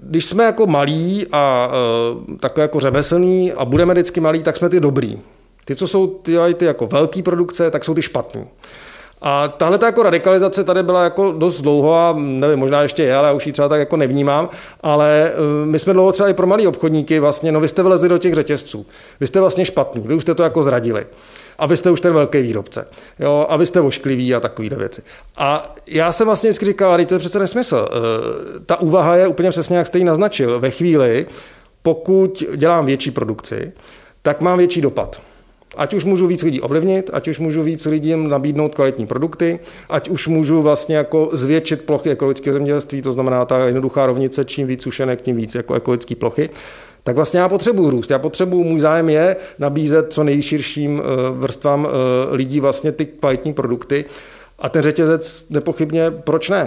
když jsme jako malí a takové jako řemeslní a budeme vždycky malí, tak jsme ty dobrý. Ty, co jsou ty jako velký produkce, tak jsou ty špatný. A tahle jako radikalizace tady byla jako dost dlouho a nevím, možná ještě je, ale já už ji třeba tak jako nevnímám, ale my jsme dlouho třeba i pro malý obchodníky vlastně, no vy jste vlezli do těch řetězců, vy jste vlastně špatný, vy už jste to jako zradili. A vy jste už ten velký výrobce. Jo? A vy jste oškliví a takovýhle věci. A já jsem vlastně vždycky říkal, ale to je přece nesmysl. Ta úvaha je úplně přesně, jak jste ji naznačil. Ve chvíli, pokud dělám větší produkci, tak mám větší dopad. Ať už můžu víc lidí ovlivnit, ať už můžu víc lidem nabídnout kvalitní produkty, ať už můžu vlastně jako zvětšit plochy ekologického zemědělství, to znamená ta jednoduchá rovnice, čím víc sušenek, tím víc jako ekologické plochy. Tak vlastně já potřebuji růst. můj zájem je nabízet co nejširším vrstvám lidí vlastně ty kvalitní produkty a ten řetězec nepochybně, proč ne?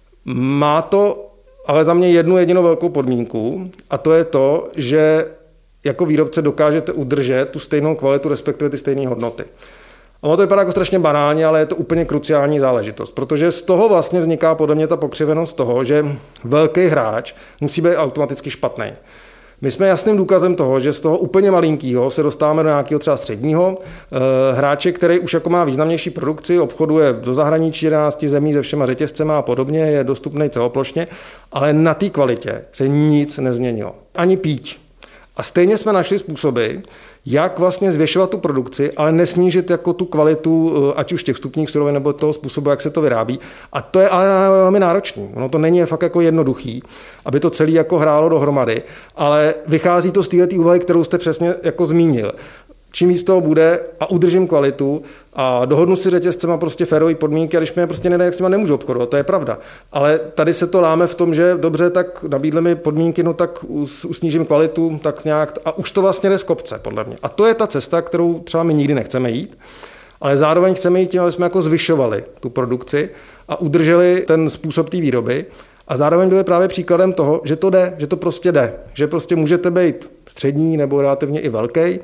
Má to ale za mě jednu jedinou velkou podmínku a to je to, že jako výrobce dokážete udržet tu stejnou kvalitu, respektive ty stejné hodnoty. A ono to vypadá jako strašně banálně, ale je to úplně kruciální záležitost, protože z toho vlastně vzniká podle mě ta pokřivenost toho, že velký hráč musí být automaticky špatný. My jsme jasným důkazem toho, že z toho úplně malinkýho se dostáváme do nějakého třeba středního hráče, který už jako má významnější produkci, obchoduje do zahraničí 11 zemí se všema řetězcema a podobně, je dostupný celoplošně, ale na té kvalitě se nic nezměnilo. Ani píď. A stejně jsme našli způsoby, jak vlastně zvětšovat tu produkci, ale nesnížit jako tu kvalitu, ať už těch vstupních surovin nebo toho způsobu, jak se to vyrábí. A to je ale velmi náročný. Ono to není fakt jako jednoduchý, aby to celé jako hrálo dohromady, ale vychází to z této úvahy, kterou jste přesně jako zmínil. Čím víc toho bude a udržím kvalitu a dohodnu si řetězcema prostě férový podmínky a když mi je prostě nedají, jak s těma nemůžu obchodovat, to je pravda. Ale tady se to láme v tom, že dobře, tak nabídli mi podmínky, no tak usnížím kvalitu, tak nějak a už to vlastně jde z kopce, podle mě. A to je ta cesta, kterou třeba my nikdy nechceme jít, ale zároveň chceme jít tím, aby jsme jako zvyšovali tu produkci a udrželi ten způsob té výroby. A zároveň byly právě příkladem toho, že to jde, že to prostě jde, že prostě můžete být střední nebo relativně i velký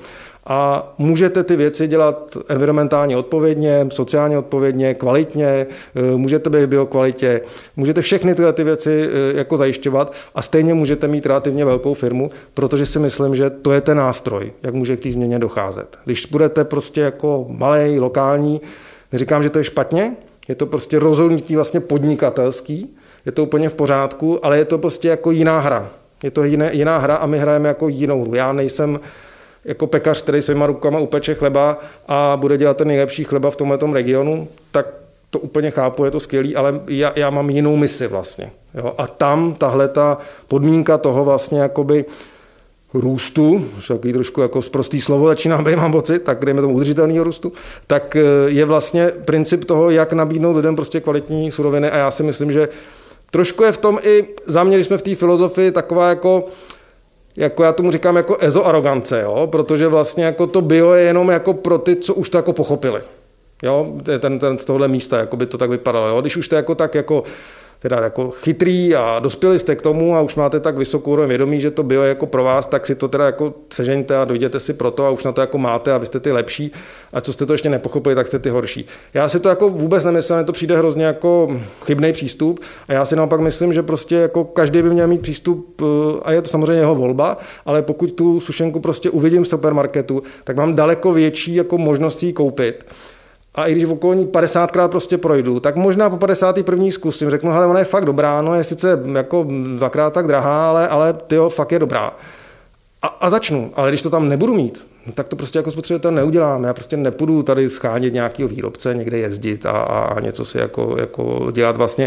a můžete ty věci dělat environmentálně odpovědně, sociálně odpovědně, kvalitně, můžete být v biokvalitě, můžete všechny tyhle ty věci jako zajišťovat a stejně můžete mít relativně velkou firmu, protože si myslím, že to je ten nástroj, jak může k té změně docházet. Když budete prostě jako malej, lokální, neříkám, že to je špatně, je to prostě rozhodnutí vlastně podnikatelský, je to úplně v pořádku, ale je to prostě jako jiná hra. Je to jiná hra a my hrajeme jako jinou hru. Já nejsem jako pekař, který svýma rukama upeče chleba a bude dělat ten nejlepší chleba v tomhletom regionu, tak to úplně chápu, je to skvělý, ale já mám jinou misi vlastně. Jo? A tam tahle ta podmínka toho vlastně jakoby růstu, už takový trošku jako prostý slovo začíná být, mám pocit, tak dejme tomu udržitelného růstu, tak je vlastně princip toho, jak nabídnout lidem prostě kvalitní suroviny a já si myslím, že trošku je v tom i za mě, když jsme v té filozofii, taková jako já tomu říkám jako ezoarogance, jo? Protože vlastně jako to bio je jenom jako pro ty, co už to jako pochopili. Jo? Ten z tohohle místa, jako by to tak vypadalo. Jo? Když už to jako tak jako teda jako chytrý a dospěli jste k tomu a už máte tak vysokou vědomí, že to bio je jako pro vás, tak si to teda jako sežeňte a dojděte si pro to a už na to jako máte a vy jste ty lepší a co jste to ještě nepochopili, tak jste ty horší. Já si to jako vůbec nemyslím, že to přijde hrozně jako chybný přístup a já si naopak myslím, že prostě jako každý by měl mít přístup a je to samozřejmě jeho volba, ale pokud tu sušenku prostě uvidím v supermarketu, tak mám daleko větší jako možností koupit. A i když v okolní 50krát prostě projdu, tak možná po 51. zkusím, řeknu, hele, ona je fakt dobrá, no je sice jako dvakrát tak drahá, ale tyjo, fakt je dobrá. A začnu, ale když to tam nebudu mít, no tak to prostě jako spotřebitel neudělám. Já prostě nepůjdu tady schánět nějakého výrobce, někde jezdit a něco si jako dělat vlastně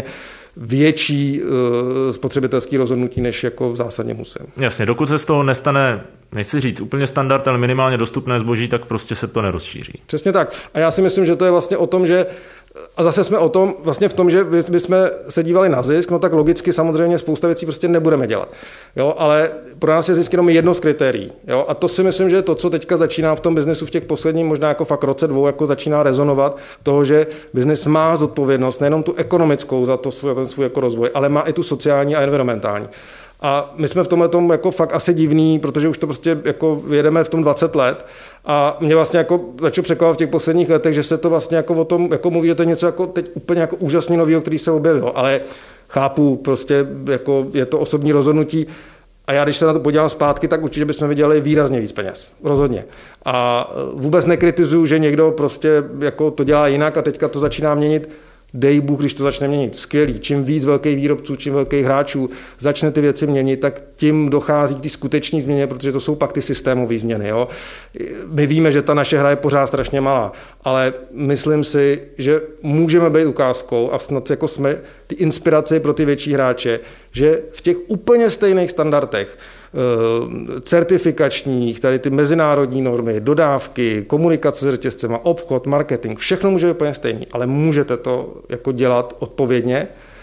větší spotřebitelský rozhodnutí, než jako zásadně musím. Jasně, dokud se z toho nestane, nechci říct úplně standard, ale minimálně dostupné zboží, tak prostě se to nerozšíří. Přesně tak. A já si myslím, že to je vlastně o tom, že a zase jsme o tom, vlastně v tom, že bychom se dívali na zisk, no tak logicky samozřejmě spousta věcí prostě nebudeme dělat. Jo, ale pro nás je zisk jenom jedno z kritérií. Jo, a to si myslím, že je to, co teďka začíná v tom biznesu v těch posledních možná jako fakt roce dvou, jako začíná rezonovat toho, že biznes má zodpovědnost nejenom tu ekonomickou za to ten svůj jako rozvoj, ale má i tu sociální a environmentální. A my jsme v tomhle tom jako fakt asi divný, protože už to prostě jako jedeme v tom 20 let a mě vlastně jako začalo překvapovat v těch posledních letech, že se to vlastně jako o tom jako mluví, že to je něco jako teď úplně jako úžasně nového, který se objevilo, ale chápu, prostě jako je to osobní rozhodnutí. A já, když se na to podívám zpátky, tak určitě bychom vydělali výrazně víc peněz. Rozhodně. A vůbec nekritizuju, že někdo prostě jako to dělá jinak a teďka to začíná měnit. Dej Bůh, když to začne měnit. Skvělý. Čím víc velkých výrobců, čím velkých hráčů začne ty věci měnit, tak tím dochází k té skutečné změně, protože to jsou pak ty systémové změny. Jo? My víme, že ta naše hra je pořád strašně malá, ale myslím si, že můžeme být ukázkou a snad jako jsme ty inspirace pro ty větší hráče, že v těch úplně stejných standardech certifikačních, tady ty mezinárodní normy, dodávky, komunikace s řetězcema, obchod, marketing, všechno může být úplně stejný, ale můžete to jako dělat odpovědně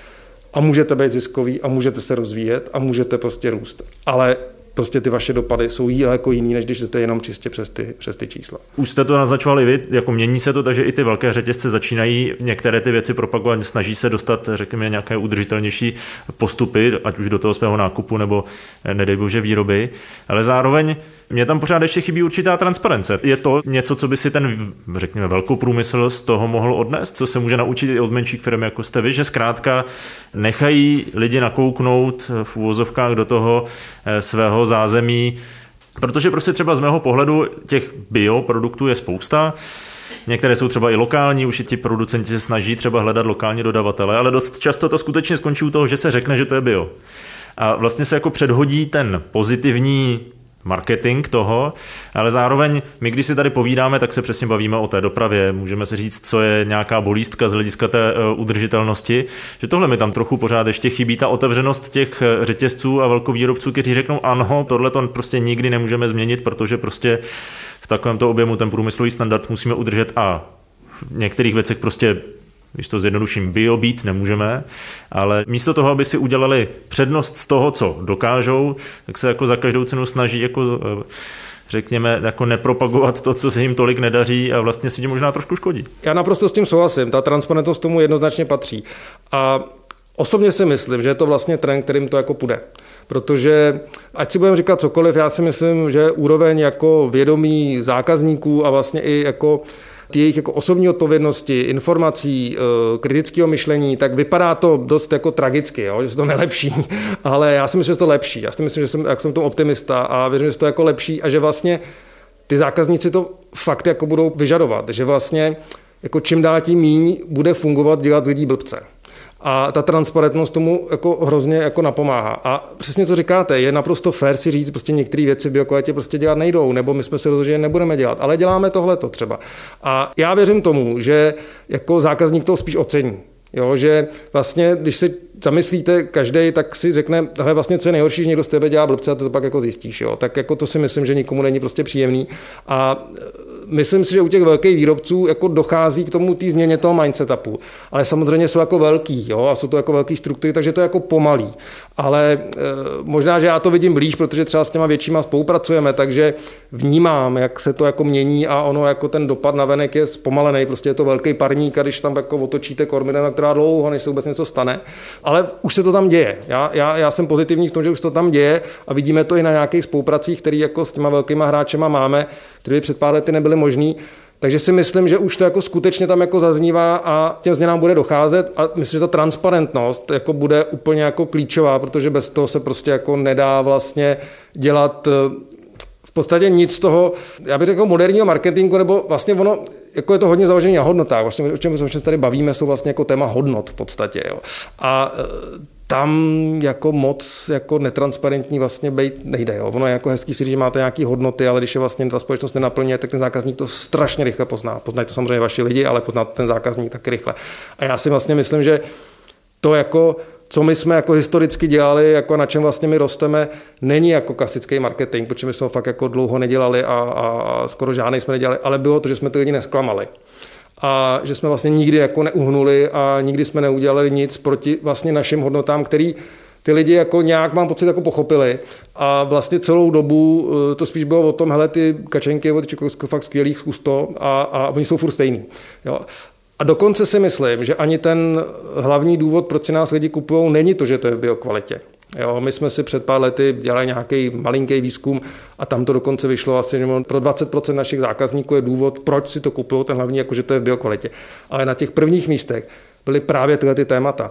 a můžete být ziskový a můžete se rozvíjet a můžete prostě růst. Ale prostě ty vaše dopady jsou jako jiný, než když jdete jenom čistě přes ty čísla. Už jste to naznačovali vy, jako mění se to, takže i ty velké řetězce začínají některé ty věci propagovat, snaží se dostat, řekněme, nějaké udržitelnější postupy, ať už do toho svého nákupu nebo nedej bože výroby, ale zároveň mě tam pořád ještě chybí určitá transparence. Je to něco, co by si ten, řekněme, velkoprůmysl z toho mohl odnést, co se může naučit i od menších firm, jako jste vy, že zkrátka nechají lidi nakouknout v uvozovkách do toho svého zázemí, protože prostě třeba z mého pohledu těch bioproduktů je spousta. Některé jsou třeba i lokální, už i ti producenti se snaží třeba hledat lokální dodavatele, ale dost často to skutečně skončí u toho, že se řekne, že to je bio. A vlastně se jako předhodí ten pozitivní marketing toho, ale zároveň my, když si tady povídáme, tak se přesně bavíme o té dopravě, můžeme si říct, co je nějaká bolístka z hlediska té udržitelnosti, že tohle mi tam trochu pořád ještě chybí, ta otevřenost těch řetězců a velkovýrobců, kteří řeknou ano, tohle to prostě nikdy nemůžeme změnit, protože prostě v takovémto objemu ten průmyslový standard musíme udržet a v některých věcech prostě, když to zjednoduším, bio být nemůžeme, ale místo toho, aby si udělali přednost z toho, co dokážou, tak se jako za každou cenu snaží jako řekněme, jako nepropagovat to, co se jim tolik nedaří a vlastně si tím možná trošku škodí. Já naprosto s tím souhlasím, ta transparentnost tomu jednoznačně patří. A osobně si myslím, že je to vlastně trend, kterým to jako půjde. Protože, ať si budeme říkat cokoliv, já si myslím, že úroveň jako vědomí zákazníků a vlastně i jako ty jejich jako osobní odpovědnosti, informací, kritického myšlení, tak vypadá to dost jako tragicky, jo? Že se to nelepší, ale já si myslím, že to lepší. Já si myslím, že jsem tomu optimista a věřím, že se to jako lepší a že vlastně ty zákazníci to fakt jako budou vyžadovat, že vlastně jako čím dál tím míň bude fungovat dělat z lidí blbce. A ta transparentnost tomu jako hrozně jako napomáhá. A přesně co říkáte, je naprosto fér si říct, prostě některé věci v biokvalitě prostě dělat nejdou, nebo my jsme se rozhodli, že je nebudeme dělat, ale děláme tohleto třeba. A já věřím tomu, že jako zákazník to spíš ocení. Jo, že vlastně, když se zamyslíte každý, tak si řekne, hele, vlastně co je nejhorší, že někdo z tebe dělá blbce a to pak jako zjistíš. Jo. Tak jako to si myslím, že nikomu není prostě příjemný. A myslím si, že u těch velkých výrobců jako dochází k tomu té změně toho mindsetapu. Ale samozřejmě jsou jako velký, jo, a jsou to jako velký struktury, takže to je jako pomalý. Ale možná, že já to vidím blíž, protože třeba s těma většíma spolupracujeme, takže vnímám, jak se to jako mění a ono jako ten dopad na venek je zpomalený. Prostě je to velký parník a když tam jako otočíte kormidlem, trvá dlouho, než se vůbec něco stane. Ale už se to tam děje. Já jsem pozitivní v tom, že už to tam děje a vidíme to i na nějakých spolupracích, které jako s těma velkýma hráčema máme, které před pár lety nebyly možný. Takže si myslím, že už to jako skutečně tam jako zaznívá a těm změnám bude docházet a myslím, že ta transparentnost jako bude úplně jako klíčová, protože bez toho se prostě jako nedá vlastně dělat v podstatě nic z toho, já bych řekl moderního marketingu, nebo vlastně ono, jako je to hodně založené na hodnotách, vlastně o čem se tady bavíme, jsou vlastně jako téma hodnot v podstatě. Jo. A tam jako moc jako netransparentní vlastně být nejde. Jo. Ono je jako hezký si říct, že máte nějaké hodnoty, ale když je vlastně ta společnost nenaplňuje, tak ten zákazník to strašně rychle pozná. Poznají to samozřejmě vaši lidi, ale pozná ten zákazník taky rychle. A já si vlastně myslím, že to jako co my jsme jako historicky dělali, jako na čem vlastně my rosteme, není jako klasický marketing, protože my jsme ho fakt jako dlouho nedělali a skoro žádnej jsme nedělali, ale bylo to, že jsme ty lidi nesklamali. A že jsme vlastně nikdy jako neuhnuli a nikdy jsme neudělali nic proti vlastně našim hodnotám, který ty lidi jako nějak, mám pocit, jako pochopili. A vlastně celou dobu to spíš bylo o tom, hele, ty kačenky, ty fakt skvělý, zkus to a oni jsou furt stejný. Jo. A dokonce si myslím, že ani ten hlavní důvod, proč si nás lidi kupují, není to, že to je v biokvalitě. Jo, my jsme si před pár lety dělali nějaký malinký výzkum a tam to dokonce vyšlo asi, že pro 20% našich zákazníků je důvod, proč si to kupují, ten hlavní, jako že to je v biokvalitě. Ale na těch prvních místech byly právě tyhle ty témata.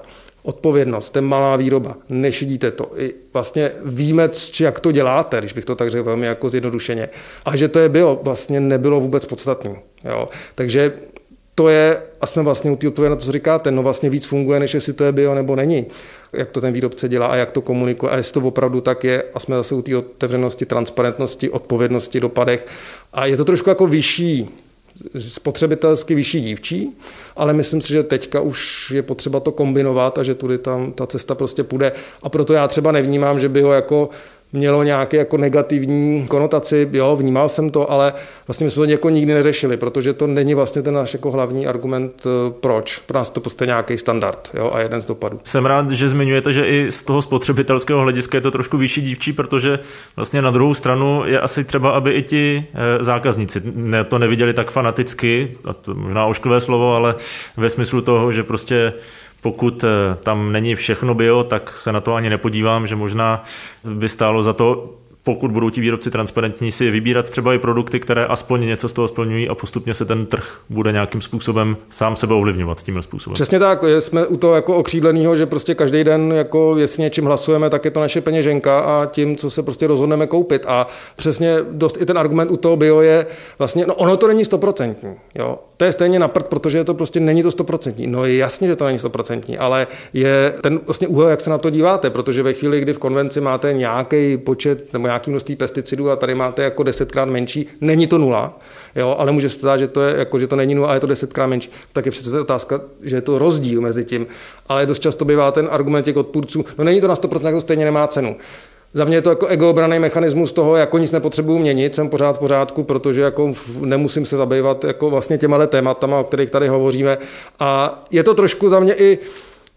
odpovědnost, to je malá výroba, nešidíte to. I vlastně víme, jak to děláte, když bych to tak řekl velmi jako zjednodušeně. A že to je bio, vlastně nebylo vůbec podstatný. Jo. Takže to je, a jsme vlastně u té odpovědnosti, co říkáte, no vlastně víc funguje, než jestli to je bio nebo není. Jak to ten výrobce dělá a jak to komunikuje a jestli to opravdu tak je. A jsme zase u té otevřenosti, transparentnosti, odpovědnosti, dopadech. A je to trošku jako vyšší, spotřebitelsky vyšší dívčí, ale myslím si, že teďka už je potřeba to kombinovat a že tudy tam ta cesta prostě půjde. A proto já třeba nevnímám, že by ho jako mělo nějaké jako negativní konotaci, jo, vnímal jsem to, ale vlastně my jsme to jako nikdy neřešili, protože to není vlastně ten náš jako hlavní argument, proč. Pro nás to prostě nějaký standard, jo, a jeden z dopadů. Jsem rád, že zmiňujete, že i z toho spotřebitelského hlediska je to trošku vyšší dívčí, protože vlastně na druhou stranu je asi třeba, aby i ti zákazníci to neviděli tak fanaticky, a to možná ošklivé slovo, ale ve smyslu toho, že prostě pokud tam není všechno bio, tak se na to ani nepodívám, že možná by stálo za to, pokud budou ti výrobci transparentní, si vybírat třeba i produkty, které aspoň něco z toho splňují a postupně se ten trh bude nějakým způsobem sám sebe ovlivňovat tímhle způsobem. Přesně tak, jsme u toho jako okřídlenýho, že prostě každý den, jako jestli něčím hlasujeme, tak je to naše peněženka a tím, co se prostě rozhodneme koupit. A přesně dost i ten argument u toho bio je vlastně, no ono to není 100%, jo. To je stejně na prd, protože to prostě není to 100%. No je jasně, že to není 100%, ale je ten vlastně úhel, jak se na to díváte, protože ve chvíli, kdy v konvenci máte nějaký počet nebo nějaký množství pesticidů a tady máte jako 10krát menší, není to 0, jo, ale může se stát, že to je jako, že to není 0 a je to 10krát menší. Tak je přece otázka, že je to rozdíl mezi tím, ale dost často bývá ten argument těch odpůrců, no není to na 100%, tak to stejně nemá cenu. Za mě je to jako egoobranný mechanismus toho, jako nic nepotřebuji měnit, jsem pořád v pořádku, protože jako nemusím se zabývat jako vlastně těma tématama, o kterých tady hovoříme. A je to trošku za mě i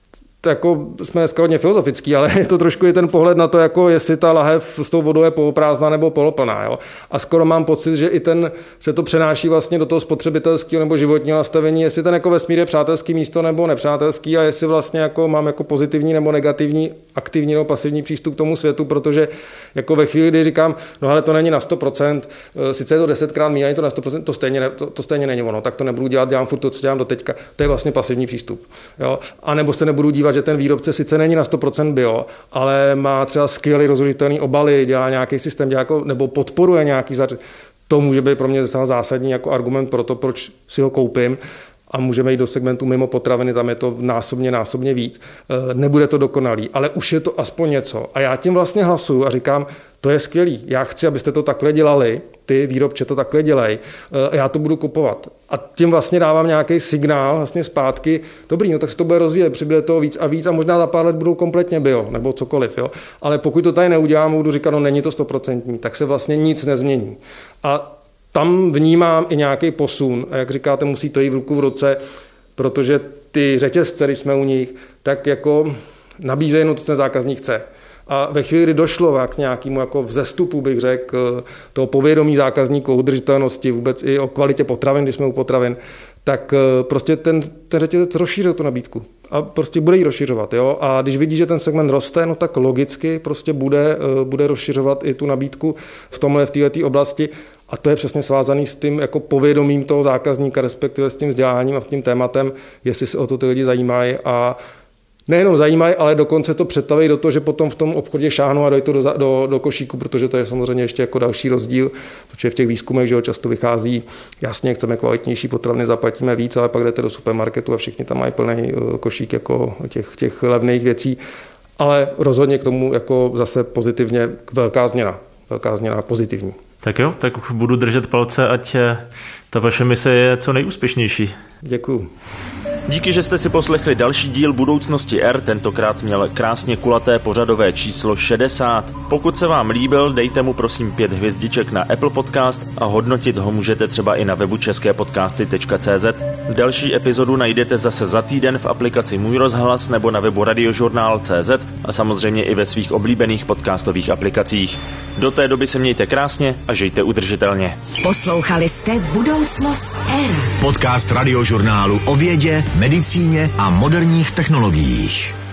jako jsme dneska hodně filozofický, ale je to trošku i ten pohled na to, jako jestli ta lahev s tou vodou je poloprázdná nebo poloplná. Jo? A skoro mám pocit, že i ten se to přenáší vlastně do toho spotřebitelského nebo životního nastavení, jestli ten jako vesmír je přátelský místo nebo nepřátelský a jestli vlastně jako mám jako pozitivní nebo negativní, aktivní nebo pasivní přístup k tomu světu, protože jako ve chvíli, kdy říkám, no ale to není na 100%, sice je to 10krát míň, to na 100%, to stejně není ono, tak to nebudu dělat, dělám furt to, co dělám doteďka. To je vlastně pasivní přístup. Jo? A nebo se nebudu dívat, že ten výrobce sice není na 100% bio, ale má třeba skvělý rozložitelný obaly, dělá nějaký systém, nebo podporuje nějaký to může být pro mě zásadní jako argument pro to, proč si ho koupím. A můžeme jít do segmentu mimo potraviny, tam je to násobně víc. Nebude to dokonalý, ale už je to aspoň něco. A já tím vlastně hlasuju a říkám, to je skvělý, já chci, abyste to takhle dělali, ty výrobče to takhle dělají, já to budu kupovat. A tím vlastně dávám nějaký signál vlastně zpátky, dobrý, no tak se to bude rozvíjet, přibude toho víc a možná za pár let budou kompletně bio, nebo cokoliv, jo. Ale pokud to tady neudělám, budu říkat, no není to 100%, tak se vlastně nic nezmění. A tam vnímám i nějaký posun a jak říkáte, musí to jít v ruku v ruce, protože ty řetězce, když jsme u nich, tak jako nabízejí jenom to, co ten zákazník chce. A ve chvíli, kdy došlo k nějakému jako vzestupu, bych řekl, toho povědomí zákazníků, udržitelnosti, vůbec i o kvalitě potravin, když jsme u potravin, tak prostě ten řetězec rozšířil tu nabídku a prostě bude ji rozšiřovat. Jo? A když vidí, že ten segment roste, no tak logicky prostě bude rozšiřovat i tu nabídku v této oblasti. A to je přesně svázaný s tím jako povědomím toho zákazníka, respektive s tím vzděláním a s tím tématem, jestli se o to ty lidi zajímají a nejenom zajímají, ale dokonce to přetaví do toho, že potom v tom obchodě šáhnou a dají to do košíku, protože to je samozřejmě ještě jako další rozdíl, protože v těch výzkumech, že ho často vychází, jasně, chceme kvalitnější potraviny, zaplatíme víc, ale pak jdete do supermarketu a všichni tam mají plný košík jako těch levných věcí, ale rozhodně k tomu jako zase pozitivně velká změna pozitivní. Tak jo, tak budu držet palce, ať ta vaše mise je co nejúspěšnější. Děkuju. Díky, že jste si poslechli další díl Budoucnosti R, tentokrát měl krásně kulaté pořadové číslo 60. Pokud se vám líbil, dejte mu prosím 5 hvězdiček na Apple Podcast a hodnotit ho můžete třeba i na webu česképodcasty.cz. Další epizodu najdete zase za týden v aplikaci Můj rozhlas nebo na webu radiožurnál.cz a samozřejmě i ve svých oblíbených podcastových aplikacích. Do té doby se mějte krásně a žijte udržitelně. Poslouchali jste Budoucnost R. Podcast Radiožurnálu o vědě, medicíně a moderních technologiích.